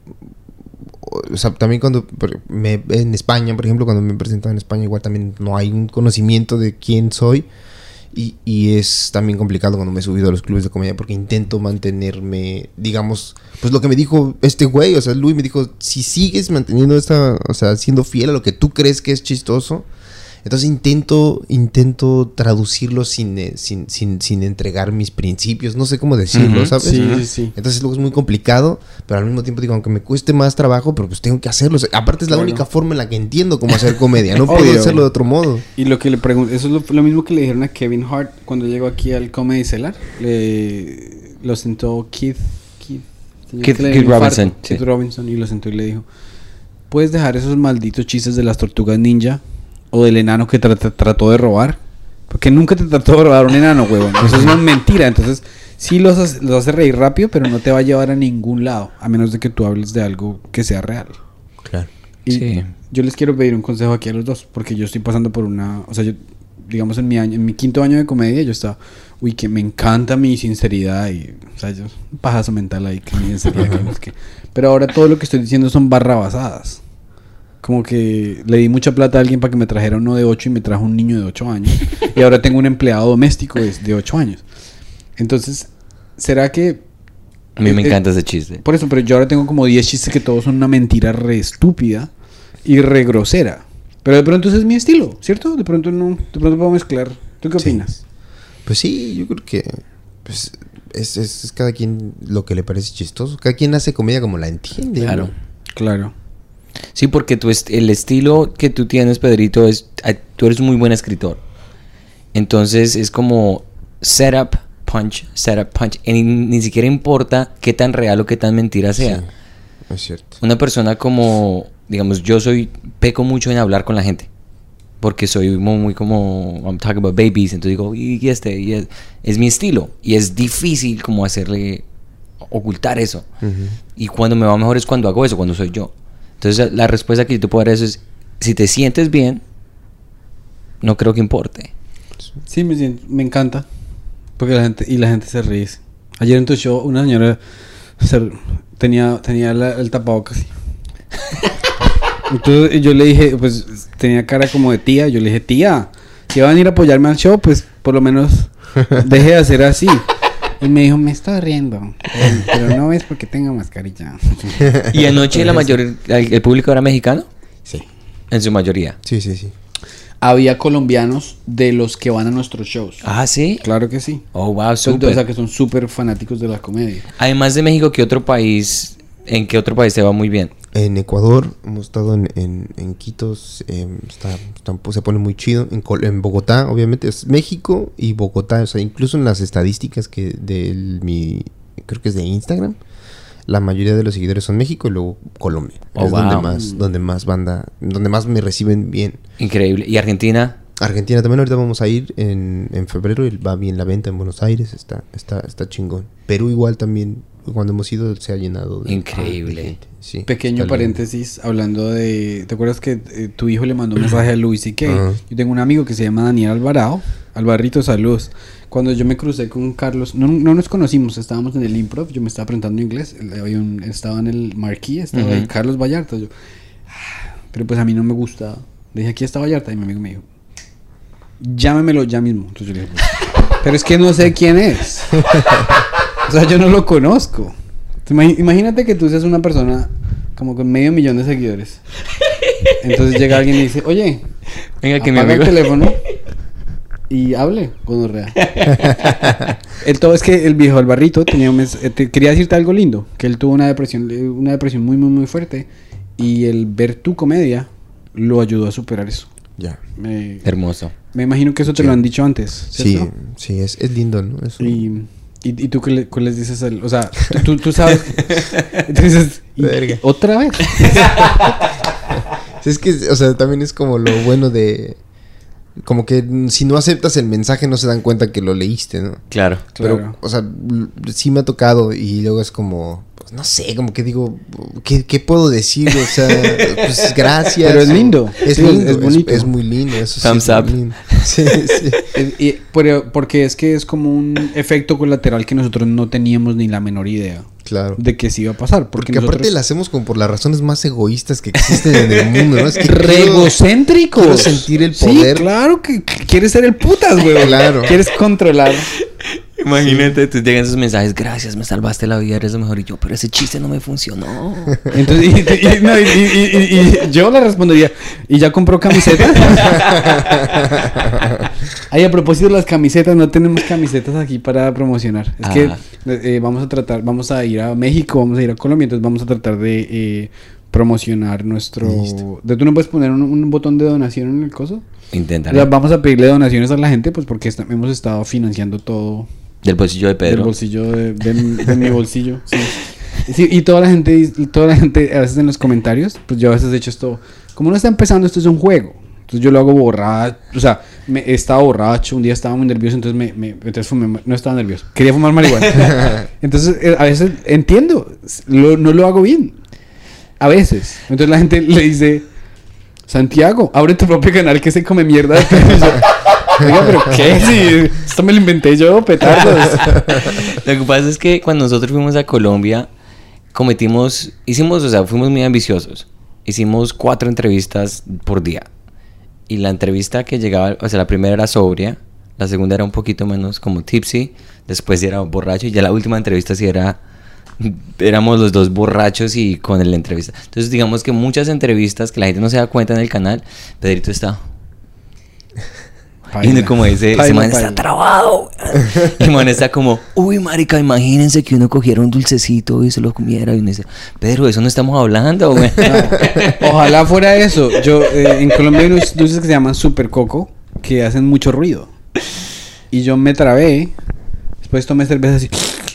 O sea, también cuando por- me, en España, por ejemplo, cuando me he presentado en España, igual también no hay un conocimiento de quién soy. Y, y es también complicado cuando me he subido a los clubes de comedia porque intento mantenerme, digamos, pues lo que me dijo este güey, o sea, Luis me dijo, si sigues manteniendo esta, o sea, siendo fiel a lo que tú crees que es chistoso, entonces intento, intento traducirlo sin, eh, sin, sin, sin entregar mis principios, no sé cómo decirlo, Ujú, ¿sabes? Sí, sí, sí. Entonces luego es muy complicado, pero al mismo tiempo digo, aunque me cueste más trabajo, pero pues tengo que hacerlo. O sea, aparte es la Claro. única forma en la que entiendo cómo hacer comedia, no puedo Obvio. hacerlo de otro modo. Y lo que le pregunto, eso es lo, lo mismo que le dijeron a Kevin Hart cuando llegó aquí al Comedy Cellar. Le, lo sentó Keith, Keith, señor Keith- que le dio Keith un Robinson, infarto, sí. Keith Robinson, y lo sentó y le dijo, ¿puedes dejar esos malditos chistes de las tortugas ninja o del enano que tra- tra- trató de robar? Porque nunca te trató de robar un enano, huevón. Eso es una mentira. Entonces, sí los hace, los hace reír rápido, pero no te va a llevar a ningún lado, a menos de que tú hables de algo que sea real. Claro. Y Sí. yo les quiero pedir un consejo aquí a los dos, porque yo estoy pasando por una, o sea, yo, digamos en mi año, en mi quinto año de comedia, yo estaba, uy, que me encanta mi sinceridad y, o sea, yo, un pajazo mental ahí, que mi sinceridad, que no es que, pero ahora todo lo que estoy diciendo son barra basadas. Como que le di mucha plata a alguien para que me trajera uno de ocho y me trajo un niño de ocho años. Y ahora tengo un empleado doméstico de, de ocho años. Entonces, ¿será que A mí me eh, eh, encanta ese chiste. por eso, pero yo ahora tengo como diez chistes que todos son una mentira re estúpida y re grosera. Pero de pronto ese es mi estilo, ¿cierto? De pronto no, de pronto puedo mezclar. ¿Tú qué Sí. opinas? Pues sí, yo creo que pues, es, es, es cada quien lo que le parece chistoso. Cada quien hace comedia como la entiende. Claro. ¿no? Claro. Sí, porque tu est- el estilo que tú tienes, Pedrito, es ah, tú eres un muy buen escritor. Entonces es como setup, punch, setup, punch. Y ni, ni siquiera importa qué tan real o qué tan mentira sea. Sí, es cierto. Una persona como, digamos, yo soy, peco mucho en hablar con la gente. Porque soy muy, muy como, I'm talking about babies. Entonces digo, y, y este, y es, es mi estilo. Y es difícil como hacerle, ocultar eso. Ujú. Y cuando me va mejor es cuando hago eso, cuando soy yo. Entonces la respuesta que yo te puedo dar a eso es, si te sientes bien, no creo que importe. Sí, me, siento- me encanta. Porque la gente, y la gente se ríe. Ayer en tu show, una señora se- tenía, tenía la- el tapabocas así. Entonces yo le dije, pues tenía cara como de tía. Yo le dije, tía, si va a venir a apoyarme al show, pues por lo menos deje de hacer así. Y me dijo, me está riendo. eh, Pero no es porque tenga mascarilla. Y anoche la mayoría, el, el público era mexicano, Sí. en su mayoría. Sí, sí, sí. Había colombianos de los que van a nuestros shows. Ah, sí. Claro que sí. Oh, wow, Son- súper. O sea, que son súper fanáticos de la comedia. Además de México, ¿qué otro país, en qué otro país te va muy bien? En Ecuador hemos estado en, en, en Quitos, eh, está, está- pues, se pone muy chido. En, Col- en Bogotá, obviamente, es México y Bogotá. O sea, incluso en las estadísticas que de mi, creo que es de Instagram, la mayoría de los seguidores son México y luego Colombia. Oh, es wow. donde más, donde más banda, donde más me reciben bien. Increíble. ¿Y Argentina? Argentina también ahorita vamos a ir en, en febrero y va bien la venta en Buenos Aires, está, está, está chingón. Perú igual también, cuando hemos ido se ha llenado de, Increíble. de gente. Sí, Pequeño está paréntesis, hablando de... ¿Te acuerdas que eh, tu hijo le mandó un mensaje a Luis y que Ajá. yo tengo un amigo que se llama Daniel Alvarado? Alvarrito, saludos. Cuando yo me crucé con Carlos, no, no nos conocimos, estábamos en el improv, yo me estaba preguntando inglés, había un, estaba en el marquee, estaba Ujú. ahí Carlos Vallarta. Yo, "Ah", pero pues a mí no me gusta. Le dije, aquí está Vallarta, y mi amigo me dijo, llámemelo ya mismo. Entonces yo le dije, pues, pero es que no sé quién es. O sea, yo no lo conozco. Imag- Imagínate que tú seas una persona como con medio millón de seguidores. Entonces llega alguien y dice, oye, Venga, que mi apaga amigo... el teléfono y hable con real. El todo es que el viejo Alvarrito tenía un mes- eh, te- quería decirte algo lindo, que él tuvo una depresión, eh, una depresión muy muy muy fuerte y el ver tu comedia lo ayudó a superar eso. Ya. Me, Hermoso. me imagino que eso te Sí. lo han dicho antes, Sí, ¿cierto? sí, es, es lindo, ¿no? Es un- Y, y, y tú qué, le- qué les dices al, o sea, tú, tú, tú sabes, entonces, y- Verga. otra vez. Sí, es que, o sea, también es como lo bueno de... Como que mm, si no aceptas el mensaje no se dan cuenta que lo leíste, ¿no? Claro. Claro. Pero, o sea, l- sí me ha tocado y luego es como... Pues no sé, como que digo... ¿Qué, qué puedo decir? O sea, pues gracias. Pero es lindo. Es Sí, lindo, es es, bonito. es muy lindo. Eso sí Thumbs es muy up. lindo. Sí, sí. Eh, y- pero- porque es que es como un efecto colateral que nosotros no teníamos ni la menor idea Claro. de que se iba a pasar. Porque, Porque aparte nosotros... la hacemos como por las razones más egoístas que existen en el mundo, ¿no? Es que Re quiero- egocéntricos. quiero sentir el poder. Sí, claro que que quieres ser el putas, güey. Claro. Quieres controlar. Imagínate, te llegan esos mensajes, gracias, me salvaste la vida, eres lo mejor. Y yo, pero ese chiste no me funcionó. Entonces, y, y- y- no, y- y- y- y yo le respondería, ¿y ya compró camisetas? Ay, a propósito de las camisetas, no tenemos camisetas aquí para promocionar. Es que Ah. eh, vamos a tratar, vamos a ir a México, vamos a ir a Colombia, entonces vamos a tratar de eh, promocionar nuestro... Listo. ¿De tú no puedes poner un, un botón de donación en el coso? O Intentaré. sea, vamos a pedirle donaciones a la gente, pues porque esta- hemos estado financiando todo Del bolsillo de del Pedro. bolsillo de, de mi- de mi bolsillo, sí. Sí, y toda la gente, y toda la gente a veces en los comentarios, pues yo a veces he hecho esto, como uno está empezando, esto es un juego. Entonces yo lo hago borracho, o sea, me, estaba borracho, un día estaba muy nervioso, entonces me, me entonces fumé, ma- no estaba nervioso, quería fumar marihuana. Entonces eh, a veces entiendo, lo- no lo hago bien, a veces. Entonces la gente le dice, Santiago, abre tu propio canal que se come mierda de perro. Y yo, oiga, pero ¿qué? Si esto me lo inventé yo, petardos. Lo que pasa es que cuando nosotros fuimos a Colombia, cometimos, hicimos, o sea, fuimos muy ambiciosos. Hicimos cuatro entrevistas por día. Y la entrevista que llegaba, o sea, la primera era sobria, la segunda era un poquito menos como tipsy, después era borracho y ya la última entrevista sí era, éramos los dos borrachos y con el entrevista. Entonces digamos que muchas entrevistas que la gente no se da cuenta en el canal, Pedrito está... Y uno como dice, ese Paila, man paila. está trabado. Y el man está como, uy, marica, imagínense que uno cogiera un dulcecito y se lo comiera. Y uno dice, Pedro, de eso no estamos hablando, güey. No, ojalá fuera eso. Yo, eh, en Colombia hay unos dulces que se llaman Super Coco que hacen mucho ruido. Y yo me trabé. Después tomé cerveza así.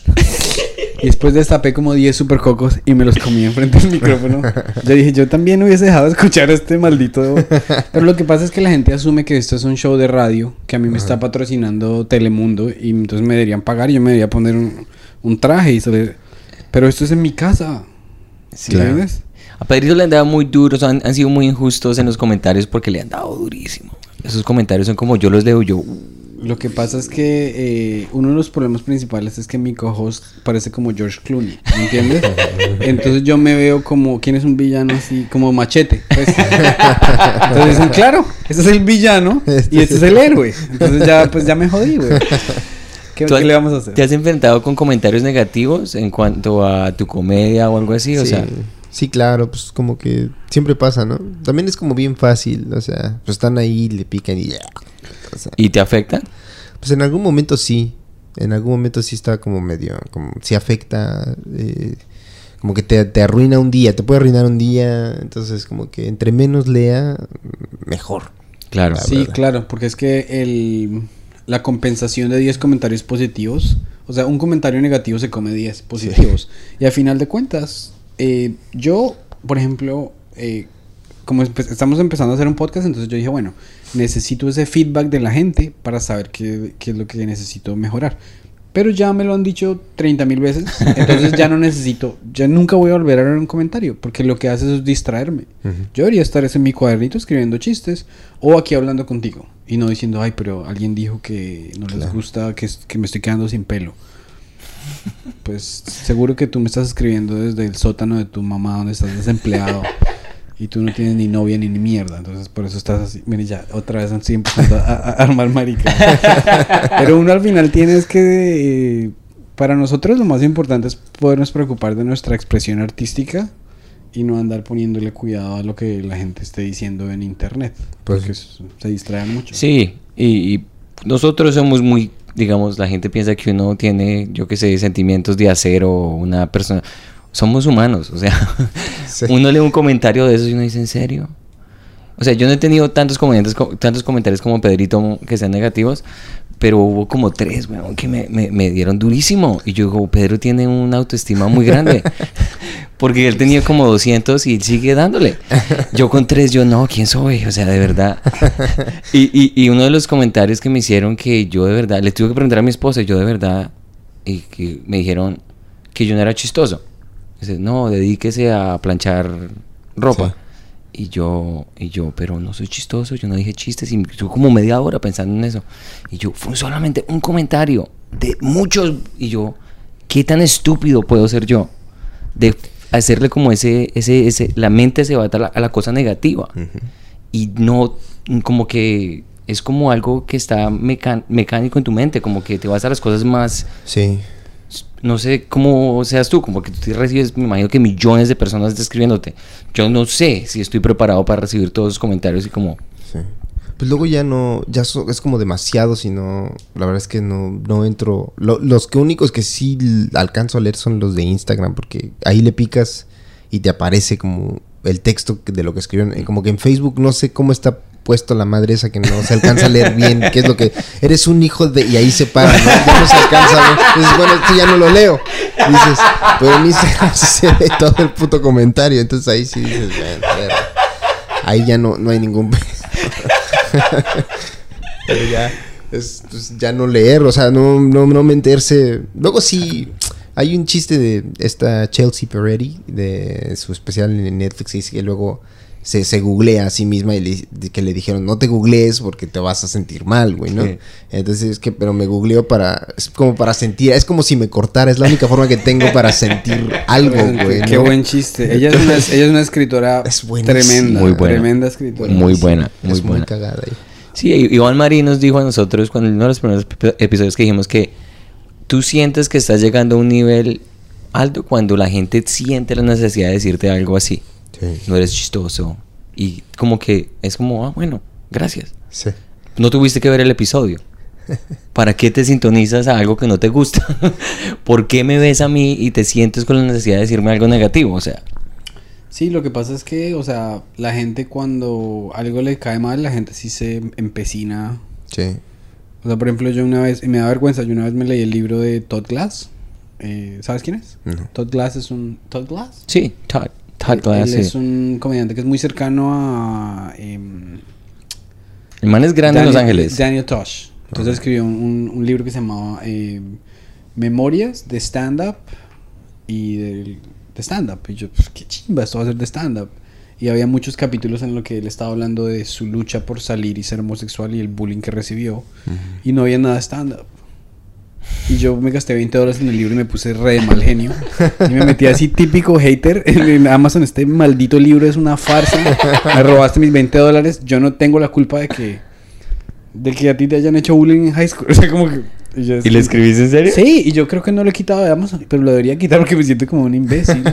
Y después destapé como diez Super Cocos y me los comí enfrente del micrófono. Yo dije, yo también hubiese dejado de escuchar a este maldito. Pero lo que pasa es que la gente asume que esto es un show de radio, que a mí me está patrocinando Telemundo y entonces me deberían pagar y yo me debería poner un, un traje y saber. Pero esto es en mi casa. ¿Sí Claro. entiendes? A Pedrito le han dado muy duros, han, han sido muy injustos en los comentarios porque le han dado durísimo. Esos comentarios son como yo los leo yo. Lo que pasa es que eh, uno de los problemas principales es que mi co-host parece como George Clooney, ¿me entiendes? Entonces yo me veo como, ¿quién es un villano así? Como Machete, pues. Entonces dicen, claro, ese es el villano y este es el héroe. Entonces ya, pues ya me jodí, güey. ¿Qué, ¿Tú qué has- le vamos a hacer? ¿Te has enfrentado con comentarios negativos en cuanto a tu comedia o algo así? O Sí, sea, sí, claro, pues como que siempre pasa, ¿no? También es como bien fácil, o sea, pues están ahí, le pican y ya. O sea, ¿y te afecta? pues en algún momento sí, en algún momento sí está como medio, como sí afecta, eh, como que te, te arruina un día, te puede arruinar un día, entonces como que entre menos lea, mejor. Claro. La Sí, verdad. claro, porque es que el... la compensación de diez comentarios positivos. O sea, un comentario negativo se come diez positivos. Sí. Y al final de cuentas, eh, yo, por ejemplo, eh, como empe- estamos empezando a hacer un podcast, entonces yo dije, bueno, necesito ese feedback de la gente para saber qué, qué es lo que necesito mejorar. Pero ya me lo han dicho treinta mil veces, entonces ya no necesito, ya nunca voy a volver a leer un comentario, porque lo que hace es distraerme. Uh-huh. Yo debería estar en mi cuadernito escribiendo chistes, o aquí hablando contigo, y no diciendo, ay, pero alguien dijo que no claro. les gusta, que, que me estoy quedando sin pelo. Pues seguro que tú me estás escribiendo desde el sótano de tu mamá, donde estás desempleado, y tú no tienes ni novia ni ni mierda, entonces por eso estás así. Mire, ya, otra vez estoy empezando a, a, a armar marica. Pero uno al final tienes que... Eh, para nosotros lo más importante es podernos preocupar de nuestra expresión artística y no andar poniéndole cuidado a lo que la gente esté diciendo en internet, pues, porque se distraen mucho. Sí, y, y nosotros somos muy... Digamos, la gente piensa que uno tiene, yo qué sé, sentimientos de acero, una persona... Somos humanos, o sea, sí. Uno lee un comentario de eso y uno dice, ¿en serio? O sea, yo no he tenido tantos comentarios, tantos comentarios como Pedrito que sean negativos, pero hubo como tres, weón, que me, me, me dieron durísimo. Y yo digo, Pedro tiene una autoestima muy grande, porque él tenía como doscientos y sigue dándole. Yo con tres, yo no, ¿quién soy? O sea, de verdad. Y, y, y uno de los comentarios que me hicieron que yo de verdad, le tuve que preguntar a mi esposa, yo de verdad, y que me dijeron que yo no era chistoso. Dice, no, dedíquese a planchar ropa. Sí. Y yo, y yo, pero no soy chistoso, yo no dije chistes. Y estuve como media hora pensando en eso. Y yo, fue solamente un comentario de muchos. Y yo, ¿qué tan estúpido puedo ser yo? De hacerle como ese, ese, ese, la mente se va a la, a la cosa negativa. Uh-huh. Y no, como que es como algo que está mecan, mecánico en tu mente, como que te vas a las cosas más... Sí. No sé cómo seas tú, como que tú te recibes, me imagino que millones de personas escribiéndote. Yo no sé si estoy preparado para recibir todos esos comentarios y como... Sí. Pues luego ya no, ya so, es como demasiado, si no, la verdad es que no, no entro. Lo, los que únicos que sí alcanzo a leer son los de Instagram, porque ahí le picas y te aparece como el texto de lo que escribieron. Como que en Facebook no sé cómo está puesto la madre esa que no se alcanza a leer bien, qué es lo que eres un hijo de, y ahí se para, ¿no? Ya no se alcanza, ¿no? Entonces, bueno, esto ya no lo leo. Dices, pero en Instagram se ve todo el puto comentario, entonces ahí sí dices, bueno, ahí ya no, no hay ningún pero ya es pues, ya no leer, o sea, no, no, no meterse. Luego sí hay un chiste de esta Chelsea Peretti de su especial en Netflix, y que luego Se, se googlea a sí misma y le, que le dijeron, no te googlees porque te vas a sentir mal, güey, ¿no? Sí. Entonces es que, pero me googleo para, es como para sentir, es como si me cortara, es la única forma que tengo para sentir algo, güey, ¿no? Qué buen chiste. Ella es una, ella es una escritora es tremenda, muy buena, tremenda escritora. Muy buena, muy es buena. Muy cagada ahí. Sí, Iván Marín nos dijo a nosotros, cuando uno de los primeros episodios que dijimos que tú sientes que estás llegando a un nivel alto cuando la gente siente la necesidad de decirte algo así. Sí. No eres chistoso. Y como que es como, ah, bueno, gracias. Sí. No tuviste que ver el episodio. ¿Para qué te sintonizas a algo que no te gusta? ¿Por qué me ves a mí y te sientes con la necesidad de decirme algo negativo? O sea... Sí, lo que pasa es que, o sea, la gente cuando algo le cae mal, la gente sí se empecina. Sí. O sea, por ejemplo, yo una vez, y me da vergüenza, yo una vez me leí el libro de Todd Glass. Eh, ¿Sabes quién es? No. Todd Glass es un... ¿Todd Glass? Sí, Todd. Todd Glass, él, él sí. es un comediante que es muy cercano a... Eh, el man es grande Daniel, en Los Ángeles. Daniel Tosh. Entonces uh-huh. escribió un, un, un libro que se llamaba eh, Memorias de Stand-Up y de, de Stand-Up. Y yo, pues, qué chimba, esto va a ser de Stand-Up. Y había muchos capítulos en los que él estaba hablando de su lucha por salir y ser homosexual y el bullying que recibió. Uh-huh. Y no había nada de stand-up. Y yo me gasté veinte dólares en el libro y me puse re de mal genio. Y me metí así típico hater en Amazon. Este maldito libro es una farsa. Me robaste mis veinte dólares. Yo no tengo la culpa de que... De que a ti te hayan hecho bullying en high school. O sea, como que... ¿Y, yo, ¿Y le escribiste en serio? Sí, y yo creo que no lo he quitado de Amazon. Pero lo debería quitar porque me siento como un imbécil.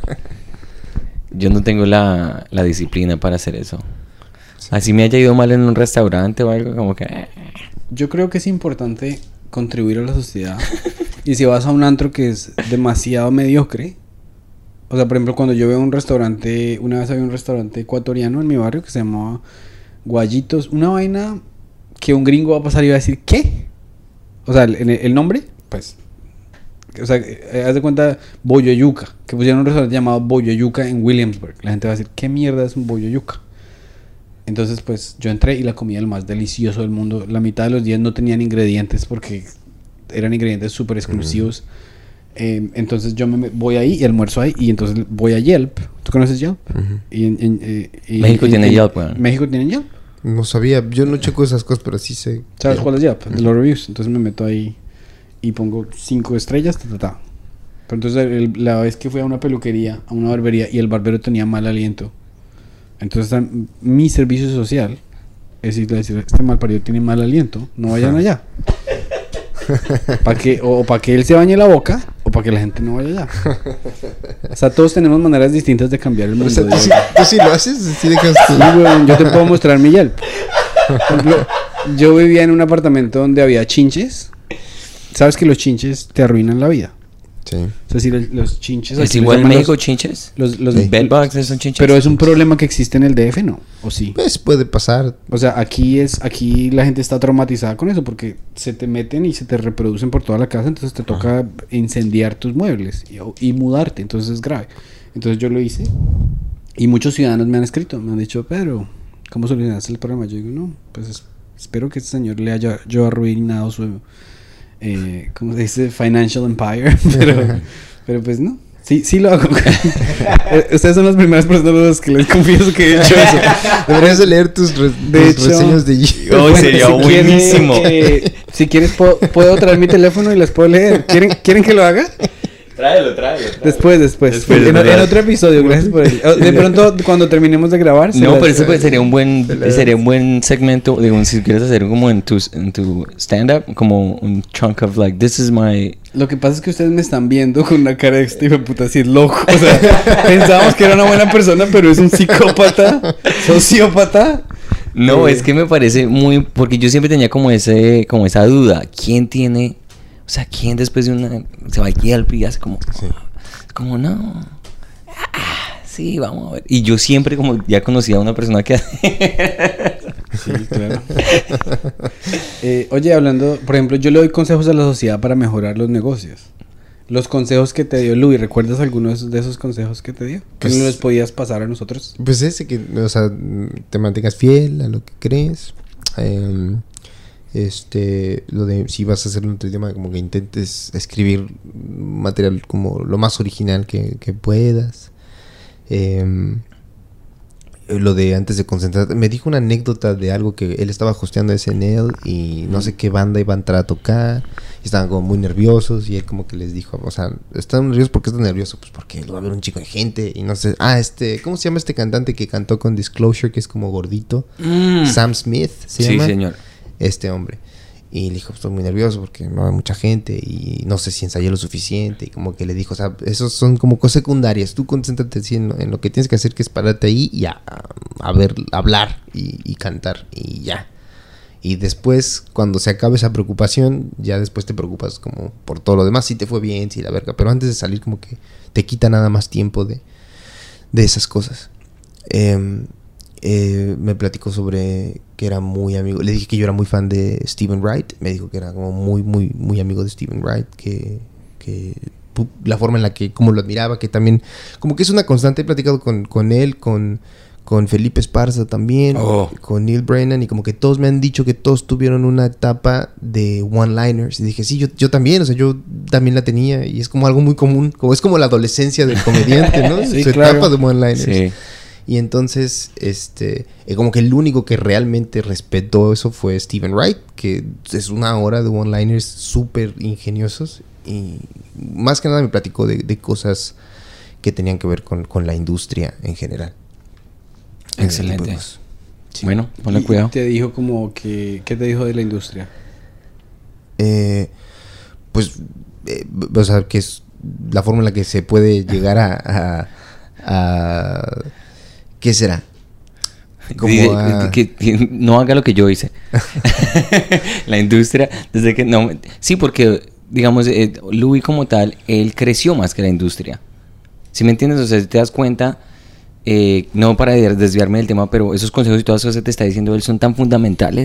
Yo no tengo la, la disciplina para hacer eso. Así me haya ido mal en un restaurante o algo, como que... Yo creo que es importante... contribuir a la sociedad. Y si vas a un antro que es demasiado mediocre, o sea, por ejemplo, cuando yo veo un restaurante, una vez había un restaurante ecuatoriano en mi barrio que se llamaba Guayitos, una vaina que un gringo va a pasar y va a decir, ¿qué? O sea, el, el nombre, pues... O sea, eh, haz de cuenta Bollo Yuca, que pusieron un restaurante llamado Bollo Yuca en Williamsburg. La gente va a decir, ¿qué mierda es un Bollo Yuca? Entonces, pues, yo entré y la comida el más delicioso del mundo. La mitad de los días no tenían ingredientes porque eran ingredientes súper exclusivos. Uh-huh. Eh, entonces yo me voy ahí y almuerzo ahí y entonces voy a Yelp. ¿Tú conoces Yelp? Uh-huh. Y en, en, eh, y, México y, tiene en, Yelp, bueno. ¿México tiene Yelp? No sabía, yo no checo esas cosas, pero sí sé. ¿Sabes cuál es Yelp? De los reviews. Entonces me meto ahí y pongo cinco estrellas, ta, ta, ta. Pero entonces el, la vez que fui a una peluquería, a una barbería, y el barbero tenía mal aliento. Entonces mi servicio social es decirle, este malparido tiene mal aliento, no vayan allá. Para que, o, o para que él se bañe la boca, o para que la gente no vaya allá. O sea, todos tenemos maneras distintas de cambiar el mundo. O sea, ¿tú, sí, ¿tú sí lo haces? ¿Sí dejas tu... Sí, güey, yo te puedo mostrar mi Yelp. Por ejemplo, yo vivía en un apartamento donde había chinches. ¿Sabes que los chinches te arruinan la vida? Sí. O sea, si los, los chinches... ¿Es igual en México chinches? Los, los, Sí. ¿Bedbugs son chinches? Pero es un problema que existe en el D F, ¿no? ¿O sí? Pues puede pasar. O sea, aquí es aquí la gente está traumatizada con eso porque se te meten y se te reproducen por toda la casa, entonces te toca Ajá. incendiar tus muebles y, y mudarte, entonces es grave. Entonces yo lo hice y muchos ciudadanos me han escrito, me han dicho, Pedro, ¿cómo solucionaste el problema? Yo digo, no, pues es, espero que este señor le haya yo arruinado su... Eh, ¿cómo se dice? Financial Empire. pero, pero pues no. Sí, sí lo hago. Ustedes son las primeras personas que les confieso que he hecho eso. Deberías de leer tus, re de tus hecho, reseñas de oh, bueno, sería si buenísimo. Quieren, eh, si quieres, puedo, puedo traer mi teléfono y les puedo leer. ¿Quieren, ¿quieren que lo haga? Tráelo, tráelo, tráelo. Después, después. después en, en otro episodio, gracias por el. De pronto, cuando terminemos de grabar. No, las, pero eso pues, sería un buen sería un buen segmento. Digo, si quieres hacer como en tu, en tu stand-up, como un chunk of like, this is my. Lo que pasa es que ustedes me están viendo con una cara de este hijo de puta así loco. O sea, pensábamos que era una buena persona, pero es un psicópata, sociópata. No, eh. es que me parece muy. Porque yo siempre tenía como ese como esa duda. ¿Quién tiene.? O sea, ¿quién después de una... se va a Yelp y hace como... Sí. Como, no... Ah, sí, vamos a ver. Y yo siempre como ya conocía a una persona que... Sí, claro. eh, oye, hablando... Por ejemplo, yo le doy consejos a la sociedad para mejorar los negocios. Los consejos que te dio Luis, ¿recuerdas algunos de esos consejos que te dio? ¿Que pues, no les podías pasar a nosotros? Pues ese que, o sea, te mantengas fiel a lo que crees. Eh... Este, lo de si vas a hacer un otro idioma, como que intentes escribir material como lo más original que, que puedas. Eh, lo de antes de concentrarte, me dijo una anécdota de algo que él estaba hosteando S N L y no sé qué banda iba a entrar a tocar. Y estaban como muy nerviosos y él como que les dijo, o sea, ¿están nerviosos? ¿Por qué están nerviosos? Pues porque va a haber un chico de gente y no sé. Ah, este, ¿cómo se llama este cantante que cantó con Disclosure, que es como gordito? Mm. Sam Smith, ¿se sí, llama? Sí, señor. Este hombre. Y le dijo, estoy muy nervioso porque va a haber mucha gente y no sé si ensayé lo suficiente. Y como que le dijo, o sea, esos son como cosas secundarias. Tú concéntrate en lo, en lo que tienes que hacer, que es pararte ahí y a, a ver, hablar y, y cantar y ya. Y después, cuando se acabe esa preocupación, ya después te preocupas como por todo lo demás. Si te fue bien, si la verga. Pero antes de salir como que te quita nada más tiempo de, de esas cosas. Eh... Eh, me platicó sobre que era muy amigo. Le dije que yo era muy fan de Stephen Wright. Me dijo que era como muy, muy, muy amigo de Stephen Wright. Que, que la forma en la que, como lo admiraba, que también, como que es una constante. He platicado con, con él, con, con Felipe Esparza también, oh. con Neil Brennan. Y como que todos me han dicho que todos tuvieron una etapa de one-liners. Y dije, sí, yo, yo también, o sea, yo también la tenía. Y es como algo muy común. Como es como la adolescencia del comediante, ¿no? Sí, su claro. etapa de one-liners. Sí. Y entonces, este, eh, como que el único que realmente respetó eso fue Stephen Wright, que es una hora de one-liners súper ingeniosos. Y más que nada me platicó de, de cosas que tenían que ver con, con la industria en general. Excelente. Eh, pues, sí. Bueno, ponle cuidado. ¿Te dijo como que, qué te dijo de la industria? Eh, pues, eh, o sea, que es la forma en la que se puede llegar a... a, a ¿qué será? Como sí, a... que, que no haga lo que yo hice. La industria, desde que no, sí, porque digamos, eh, Louis como tal, él creció más que la industria. ¿Sí me entiendes? O sea, si te das cuenta, eh, no para desviarme del tema, pero esos consejos y todas las cosas que te está diciendo él son tan fundamentales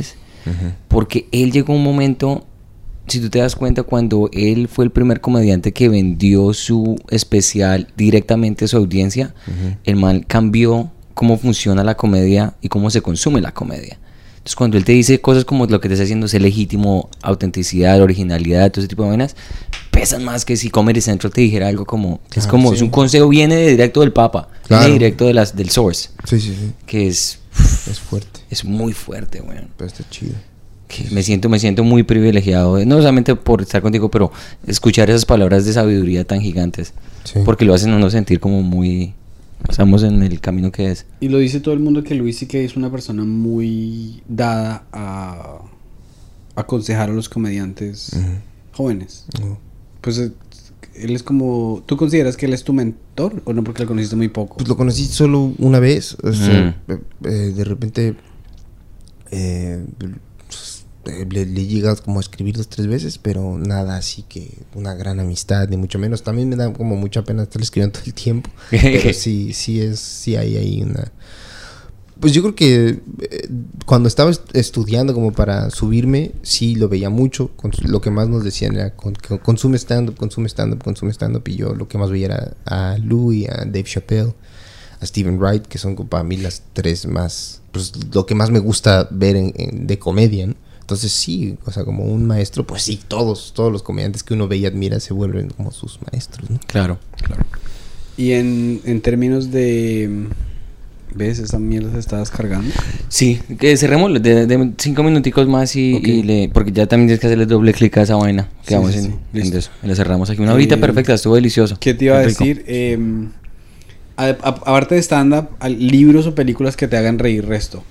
Ujú. Porque él llegó a un momento, si tú te das cuenta, cuando él fue el primer comediante que vendió su especial directamente a su audiencia, Ujú. el man cambió cómo funciona la comedia y cómo se consume la comedia. Entonces, cuando él te dice cosas como lo que te está haciendo, ser legítimo, autenticidad, originalidad, todo ese tipo de vainas, pesan más que si Comedy Central te dijera algo como... es Claro, como, sí. es un consejo, viene de directo del Papa, Claro. viene directo de las, del source, Sí, sí, sí. que es, Es fuerte. es muy fuerte, weón. Pero está chido. Que me siento, me siento muy privilegiado, no solamente por estar contigo, pero escuchar esas palabras de sabiduría tan gigantes, Sí. porque lo hacen a uno sentir como muy... estamos en el camino que es. Y lo dice todo el mundo que Luis sí que es una persona muy dada a aconsejar a los comediantes Ujú. jóvenes. No. Pues eh, él es como... ¿Tú consideras que él es tu mentor o no porque lo conociste muy poco? Pues lo conocí solo una vez. O sea, Mm. eh, eh, de repente eh, pues, eh, le, le llegas como a escribir dos, tres veces, pero nada así que una gran amistad, ni mucho menos. También me da como mucha pena estar escribiendo todo el tiempo. Pero sí, sí es, sí hay ahí una... Pues yo creo que eh, cuando estaba est- estudiando como para subirme, sí lo veía mucho. Con, lo que más nos decían era con, con- consume stand-up, consume stand-up, consume stand-up. Y yo lo que más veía era a Louis, a Dave Chappelle, a Stephen Wright, que son como para mí las tres más... Pues lo que más me gusta ver en, en- de comedia, ¿no? Entonces sí, o sea, como un maestro, pues sí, todos, todos los comediantes que uno ve y admira se vuelven como sus maestros, ¿no? Claro, claro. Y en, en términos de... ¿Ves? Esa mierda se está descargando. Sí, que cerremos de, de cinco minuticos más y, Ok. y le... porque ya también tienes que hacerle doble clic a esa vaina. Sí, Quedamos sí, en, sí. en Listo. eso. Y le cerramos aquí. Una Eh, horita perfecta, estuvo delicioso. ¿Qué te iba a Qué rico. decir? Eh, a- a- aparte de stand-up, al- libros o películas que te hagan reír resto.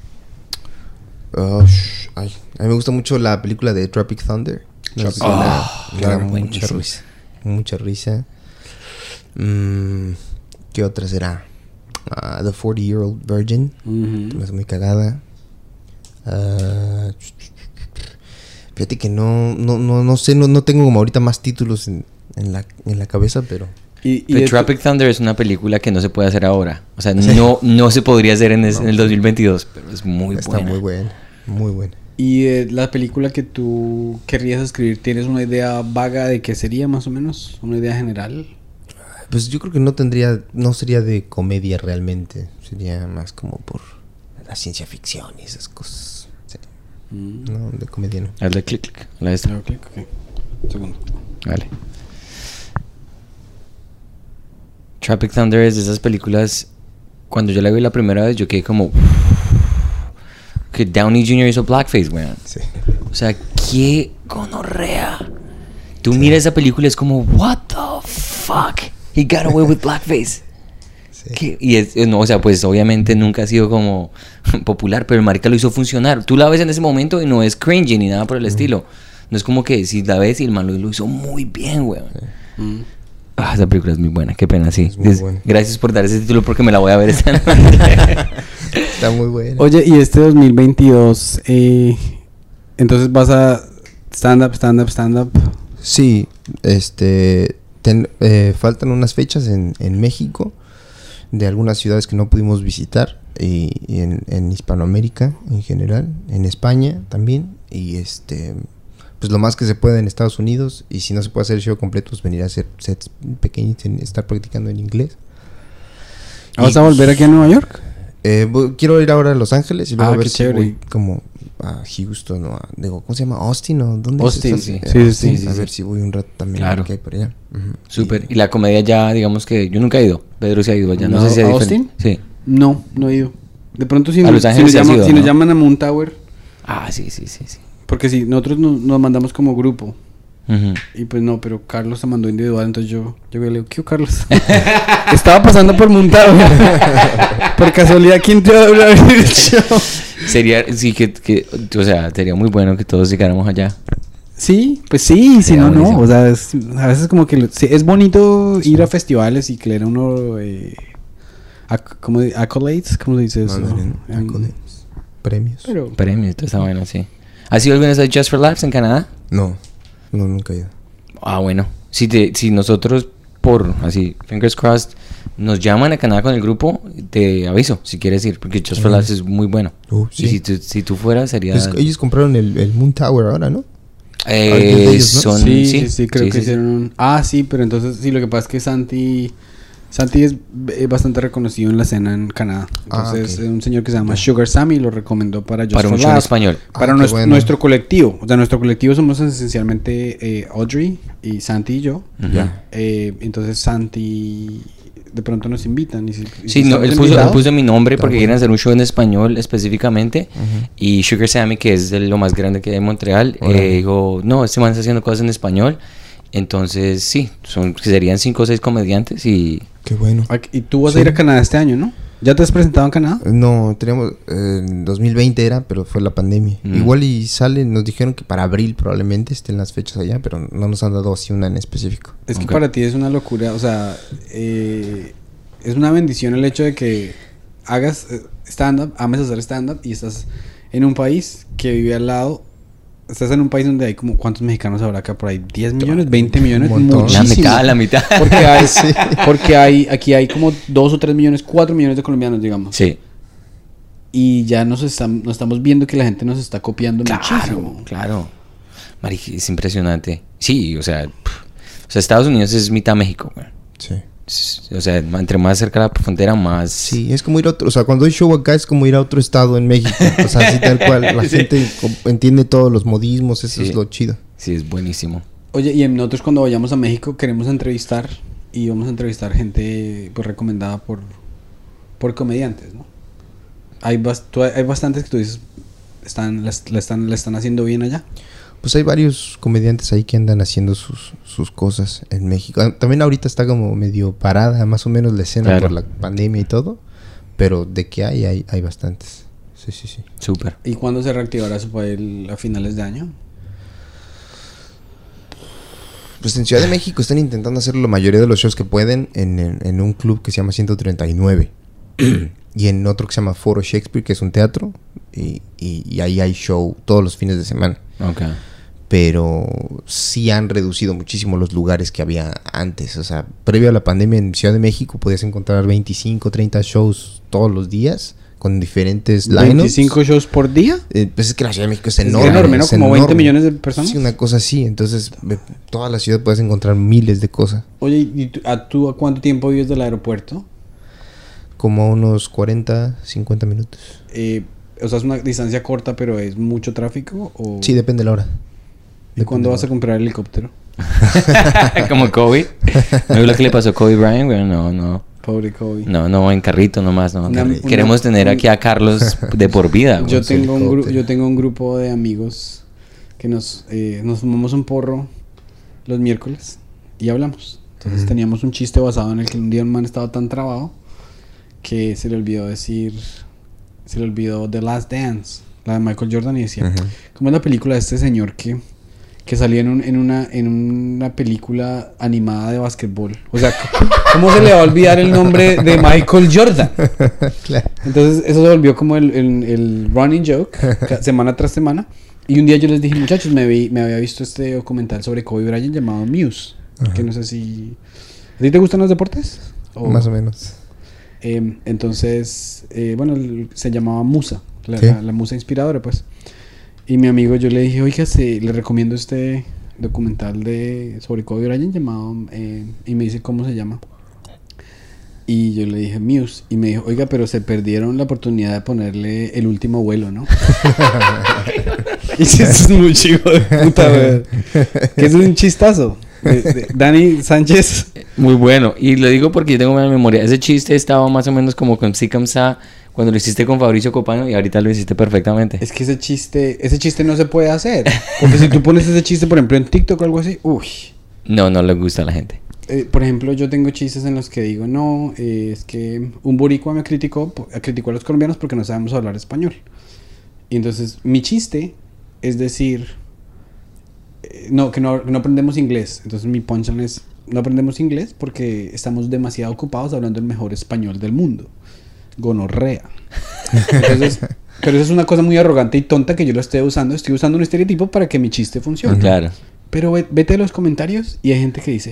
Oh, sh- ay, a mí me gusta mucho la película de Tropic Thunder. No sé si Tropic- la- Oh, me da claro, mucha buenísimo. risa. Mucha risa. Mm, ¿qué otra será? Ah, The forty Year Old Virgin. Me hace muy cagada. Ah, fíjate que no, no, no, no sé, no, no tengo como ahorita más títulos en, en, la, en la cabeza, pero... Y, y The de- Tropic Thunder es una película que no se puede hacer ahora. O sea, no, no se podría hacer en, es- No. en el dos mil veintidós, pero es muy está buena. muy buena. Muy buena. Y eh, la película que tú querrías escribir, ¿tienes una idea vaga de qué sería más o menos? ¿Una idea general? Pues yo creo que no tendría, no sería de comedia realmente. Sería más como por la ciencia ficción y esas cosas. Sí. Mm. No, de comedia no. Hazle clic, clic. La esta. Le hago clic, ok. Un segundo. Vale. Tropic Thunder es de esas películas. Cuando yo la vi la primera vez, yo quedé como. Que Downey junior hizo blackface, weón. Sí. O sea, qué gonorrea. Tú miras esa película y es como, what the fuck? He got away with blackface. Sí. ¿Qué? Y es, no, o sea, pues obviamente nunca ha sido como popular, pero el marica lo hizo funcionar. Tú la ves en ese momento y no es cringy ni nada por el estilo. No es como que si la ves y el man lo, lo hizo muy bien, weón. Mm. Ah, esa película es muy buena, qué pena, sí. Es muy Des- buena. Gracias por dar ese título porque me la voy a ver esta noche. Está muy buena. Oye, y este dos mil veintidós, eh, entonces vas a stand-up, stand-up, stand-up. Sí, este... ten- eh, faltan unas fechas en, en México, de algunas ciudades que no pudimos visitar, y, y en, en Hispanoamérica en general, en España también, y este... Pues lo más que se pueda en Estados Unidos, y si no se puede hacer el show completo, pues venir a hacer sets pequeños, en- estar practicando en inglés. ¿Vas Y, a volver pues, aquí a Nueva York? Eh, voy- quiero ir ahora a Los Ángeles y luego Ah, a ver qué si chévere. voy como a Houston o a, digo, ¿cómo se llama? ¿Austin o dónde Austin, es eso? sí. Eh, Sí, sí, Austin, sí, a sí, ver sí. si voy un rato también Claro. a que hay por allá. Ujú. Súper. Y- Y la comedia ya, digamos que yo nunca he ido. Pedro se ha ido allá. No, No, sé si es ¿a diferente. Sí. No, no he ido. De pronto si, A nos, Los si, Ángeles nos, sí has llama- ido, si nos ¿no? llaman a Moon Tower, Ah, sí, sí, sí, sí. porque si nosotros no- nos mandamos como grupo. Ujú. Y pues no, pero Carlos se mandó individual, entonces yo, yo le digo, ¿qué hubo, Carlos? Estaba pasando por Moon Tower. Por casualidad, ¿quién te va a abrir el show? Sería, sí, que, que, o sea, sería muy bueno que todos llegáramos allá. Sí, pues sí, si Sería no, no. buenísimo. O sea, es- a veces como que lo- sí, es bonito ir a festivales y que le den a uno eh, ac- ¿cómo di- accolades, ¿cómo se dice eso? Mandarin, Em, accolades, premios. pero Premios, toda esa vaina, sí. ¿Has ido alguna vez a Just for Laughs en Canadá? No, no, nunca he ido. Ah, bueno. Si, te, si nosotros por, así, fingers crossed, nos llaman a Canadá con el grupo, te aviso si quieres ir, porque Just for Laughs es muy bueno. Uh, sí. Y si tú, si tú fueras, sería... Pues ellos compraron el, el Moon Tower ahora, ¿no? Eh, de ellos, ¿no? son, Sí, sí, sí, sí, creo sí, que sí, hicieron un... Ah, sí, pero entonces, sí, lo que pasa es que Santi... Santi es eh, bastante reconocido en la escena en Canadá. Ah, Entonces, ok. un señor que se llama Sugar Sammy lo recomendó para Just para for un show en Laughs. español. Para Ah, nues- qué bueno. nuestro colectivo. O sea, nuestro colectivo somos esencialmente eh, Audrey y Santi y yo. Ujú. Ya. Eh, entonces Santi de pronto nos invitan. Y si, y si Sí, no, estamos él puso, él invitados, puso mi nombre Está porque bueno. quieren hacer un show en español específicamente. Y Sugar Sammy, que es de lo más grande que hay en Montreal, Órale. eh, dijo, no, este man está haciendo cosas en español. Entonces, sí, son, serían cinco o seis comediantes y... Qué bueno. Ac- y tú vas Sí. a ir a Canadá este año, ¿no? ¿Ya te has presentado en Canadá? No, teníamos... eh, en dos mil veinte era, pero fue la pandemia. Mm. Igual y sale, nos dijeron que para abril probablemente estén las fechas allá, pero no nos han dado así una en específico. Es que Ok. para ti es una locura, o sea, eh, es una bendición el hecho de que hagas eh, stand-up, ames hacer stand-up y estás en un país que vive al lado, estás en un país donde hay como, ¿cuántos mexicanos habrá acá por ahí? ¿diez millones? ¿veinte millones? Un montón. La Muchísimo. mitad, la mitad. Porque hay, porque hay, aquí hay como dos o tres millones, cuatro millones de colombianos, digamos. Sí, Y ya nos, están, nos estamos viendo que la gente nos está copiando claro, muchísimo. claro. Mari, es impresionante. Sí, o sea, pff, o sea, Estados Unidos es mitad México, güey. Sí. Es- O sea, entre más cerca de la frontera, más... Sí, es como ir a otro... O sea, cuando hay show acá es como ir a otro estado en México. O sea, así tal cual. La gente com- entiende todos los modismos. Eso Sí. es lo chido. Sí, es buenísimo. Oye, y nosotros cuando vayamos a México queremos entrevistar y vamos a entrevistar gente pues recomendada por, por comediantes, ¿no? Hay, bas- tú- hay bastantes que tú dices, están, la, la están, la están haciendo bien allá. Pues hay varios comediantes ahí que andan haciendo sus, sus cosas en México. Ah, también ahorita está como medio parada más o menos la escena Claro. por la pandemia y todo. Pero de que hay, hay, hay bastantes. Sí, sí, sí. Súper. ¿Y cuándo se reactivará su país a finales de año? Pues en Ciudad de México están intentando hacer la mayoría de los shows que pueden en, en, en un club que se llama ciento treinta y nueve. Y en otro que se llama Foro Shakespeare, que es un teatro. Y, y, y ahí hay show todos los fines de semana. Ok. Pero sí han reducido muchísimo los lugares que había antes. O sea, previo a la pandemia en Ciudad de México podías encontrar veinticinco, treinta shows todos los días con diferentes lineups. ¿veinticinco shows por día? Eh, pues es que la Ciudad de México es Es enorme. enorme, ¿no? es Como veinte enorme. millones de personas. Sí, una cosa así. Entonces, ve- toda la ciudad puedes encontrar miles de cosas. Oye, ¿y tú a, tú a cuánto tiempo vives del aeropuerto? Como a unos cuarenta, cincuenta minutos. Eh, o sea, es una distancia corta, pero es mucho tráfico. O... Sí, depende de la hora. ¿Y cuándo vas a comprar el helicóptero? Como Kobe. ¿No vio lo que le pasó a Kobe Bryant, güey? No, no. Pobre Kobe. No, no, en carrito nomás, no. Una- Queremos una- tener un- aquí a Carlos de por vida, güey. Yo su tengo, un gru- helicóptero. yo tengo un grupo de amigos que nos, eh, nos fumamos un porro los miércoles y hablamos. Entonces Ujú. teníamos un chiste basado en el que un día un man estaba tan trabado que se le olvidó decir, se le olvidó The Last Dance, la de Michael Jordan, y decía, Ujú. ¿cómo es la película de este señor que, que salía en, un- en, una, en una película animada de básquetbol? O sea, ¿cómo se le va a olvidar el nombre de Michael Jordan? Claro. Entonces eso se volvió como el, el, el running joke ca- semana tras semana. Y un día yo les dije, muchachos, me, vi, me había visto este documental sobre Kobe Bryant llamado Muse. Ajá. Que no sé si... ¿A ti te gustan los deportes? O- Más o menos. eh, entonces, eh, bueno, el- se llamaba Musa, la, Sí. la- la musa inspiradora, pues. Y mi amigo, yo le dije, oiga, se, le recomiendo este documental de sobre Kobe Bryant llamado... eh, y me dice, ¿cómo se llama? Y yo le dije, Muse. Y me dijo, oiga, pero se perdieron la oportunidad de ponerle El Último Vuelo, ¿no? Y eso es muy chico de puta, güey. Que es un chistazo. De- de- Dani Sánchez. Muy bueno. Y lo digo porque yo tengo buena memoria. Ese chiste estaba más o menos como con Sikamsa cuando lo hiciste con Fabricio Copano y ahorita lo hiciste perfectamente. Es que ese chiste, ese chiste no se puede hacer. Porque si tú pones ese chiste, por ejemplo, en TikTok o algo así, uy. No, no le gusta a la gente. Eh, por ejemplo, yo tengo chistes en los que digo, no, eh, es que un boricua me criticó, po- criticó a los colombianos porque no sabemos hablar español. Y entonces, mi chiste es decir, eh, no, que no, que no aprendemos inglés. Entonces, mi punchline es, no aprendemos inglés porque estamos demasiado ocupados hablando el mejor español del mundo. Gonorrea. Entonces, pero eso es una cosa muy arrogante y tonta que yo lo estoy usando. Estoy usando un estereotipo para que mi chiste funcione. Claro. Pero ve- vete a los comentarios y hay gente que dice,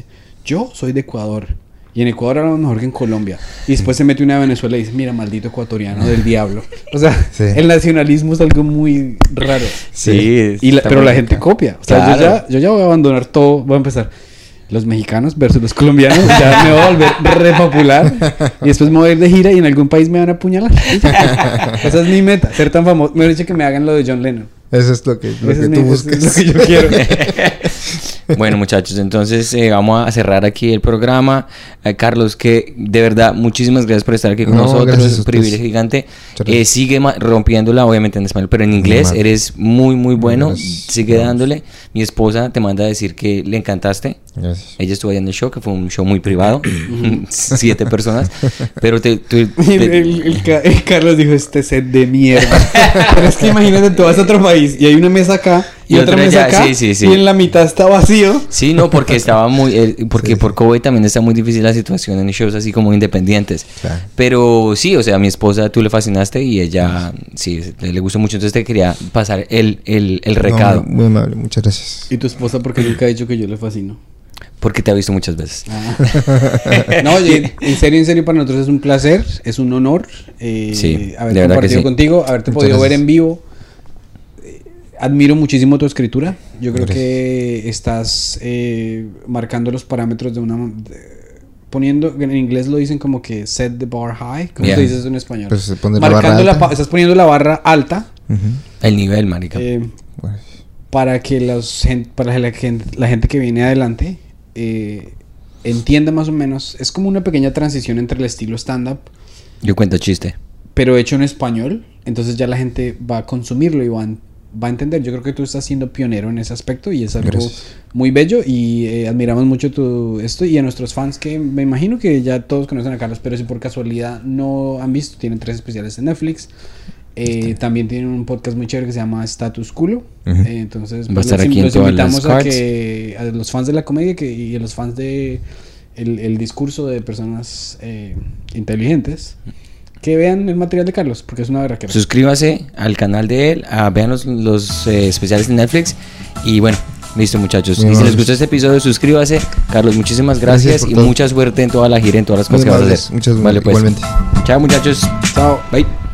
yo soy de Ecuador. Y en Ecuador hablamos mejor que en Colombia. Y después se mete una de Venezuela y dice, mira, maldito ecuatoriano del diablo. O sea, sí. el nacionalismo es algo muy raro. Sí. Y la, pero la gente copia. O sea, claro. yo, ya, yo ya voy a abandonar todo. Voy a empezar. Los mexicanos versus los colombianos. Ya me voy a volver re popular. Y después me voy a ir de gira y en algún país me van a apuñalar. Esa es mi meta. Ser tan famoso. Me han dicho que me hagan lo de John Lennon. Eso es lo que, lo que es tú mi, buscas. Eso es lo que yo quiero. Bueno, muchachos, entonces eh, vamos a cerrar aquí el programa. Eh, Carlos, que de verdad, muchísimas gracias por estar aquí con no, nosotros. Es un privilegio gigante. Eh, sigue rompiéndola, obviamente en español, pero en inglés Mal. Eres muy, muy bueno. Gracias. Sigue dándole. Mi esposa te manda a decir que le encantaste. Gracias. Ella estuvo allá en el show, que fue un show muy privado. Siete personas. Pero te... te, te... El, el, el, el Carlos dijo, este set de mierda. Pero es que imagínate, tú vas a otro país y hay una mesa acá y, y otra, otra mesa ya, acá, sí, sí, sí. y en la mitad está vacío. Sí, no, porque estaba muy... Eh, porque sí, por COVID también está muy difícil la situación en shows así como independientes. Claro. Pero sí, o sea, a mi esposa tú le fascinaste y ella, sí, le, le gustó mucho. Entonces te quería pasar el, el, el recado. No, muy amable, muchas gracias. ¿Y tu esposa por qué nunca ha dicho que yo le fascino? Porque te ha visto muchas veces. Ah. No, oye, en serio, en serio, para nosotros es un placer, es un honor eh, sí, haber compartido sí. contigo, haberte muchas podido gracias. ver en vivo. Admiro muchísimo tu escritura. Yo creo Gracias. que estás eh, marcando los parámetros de una... De, poniendo, en inglés lo dicen como que set the bar high. ¿Cómo yeah. se dice eso en español? Pues se pone Marcando la la la, estás poniendo la barra alta. Uh-huh. El nivel, marica. Eh, bueno. Para que los, para la gente, la gente que viene adelante eh, entienda más o menos. Es como una pequeña transición entre el estilo stand-up. Yo cuento chiste. Pero hecho en español. Entonces ya la gente va a consumirlo y va a va a entender. Yo creo que tú estás siendo pionero en ese aspecto y es algo Gracias. muy bello y eh, admiramos mucho tu esto y a nuestros fans que me imagino que ya todos conocen a Carlos, pero si por casualidad no han visto, tienen tres especiales en Netflix. Eh, también tienen un podcast muy chévere que se llama Status Culo. Uh-huh. eh, entonces pues, los, los invitamos a que a los fans de la comedia que, y a los fans de el, el discurso de personas eh, inteligentes que vean el material de Carlos, porque es una verdad que... Suscríbase al canal de él, a, vean los, los eh, especiales de Netflix y bueno, listo muchachos. Muy y si les gustó este episodio, suscríbase. Carlos, muchísimas gracias, gracias y todo. Mucha suerte en toda la gira, en todas las cosas Muy que vas a hacer. Muchas vale, pues. Igualmente. Chao muchachos. Chao. Bye.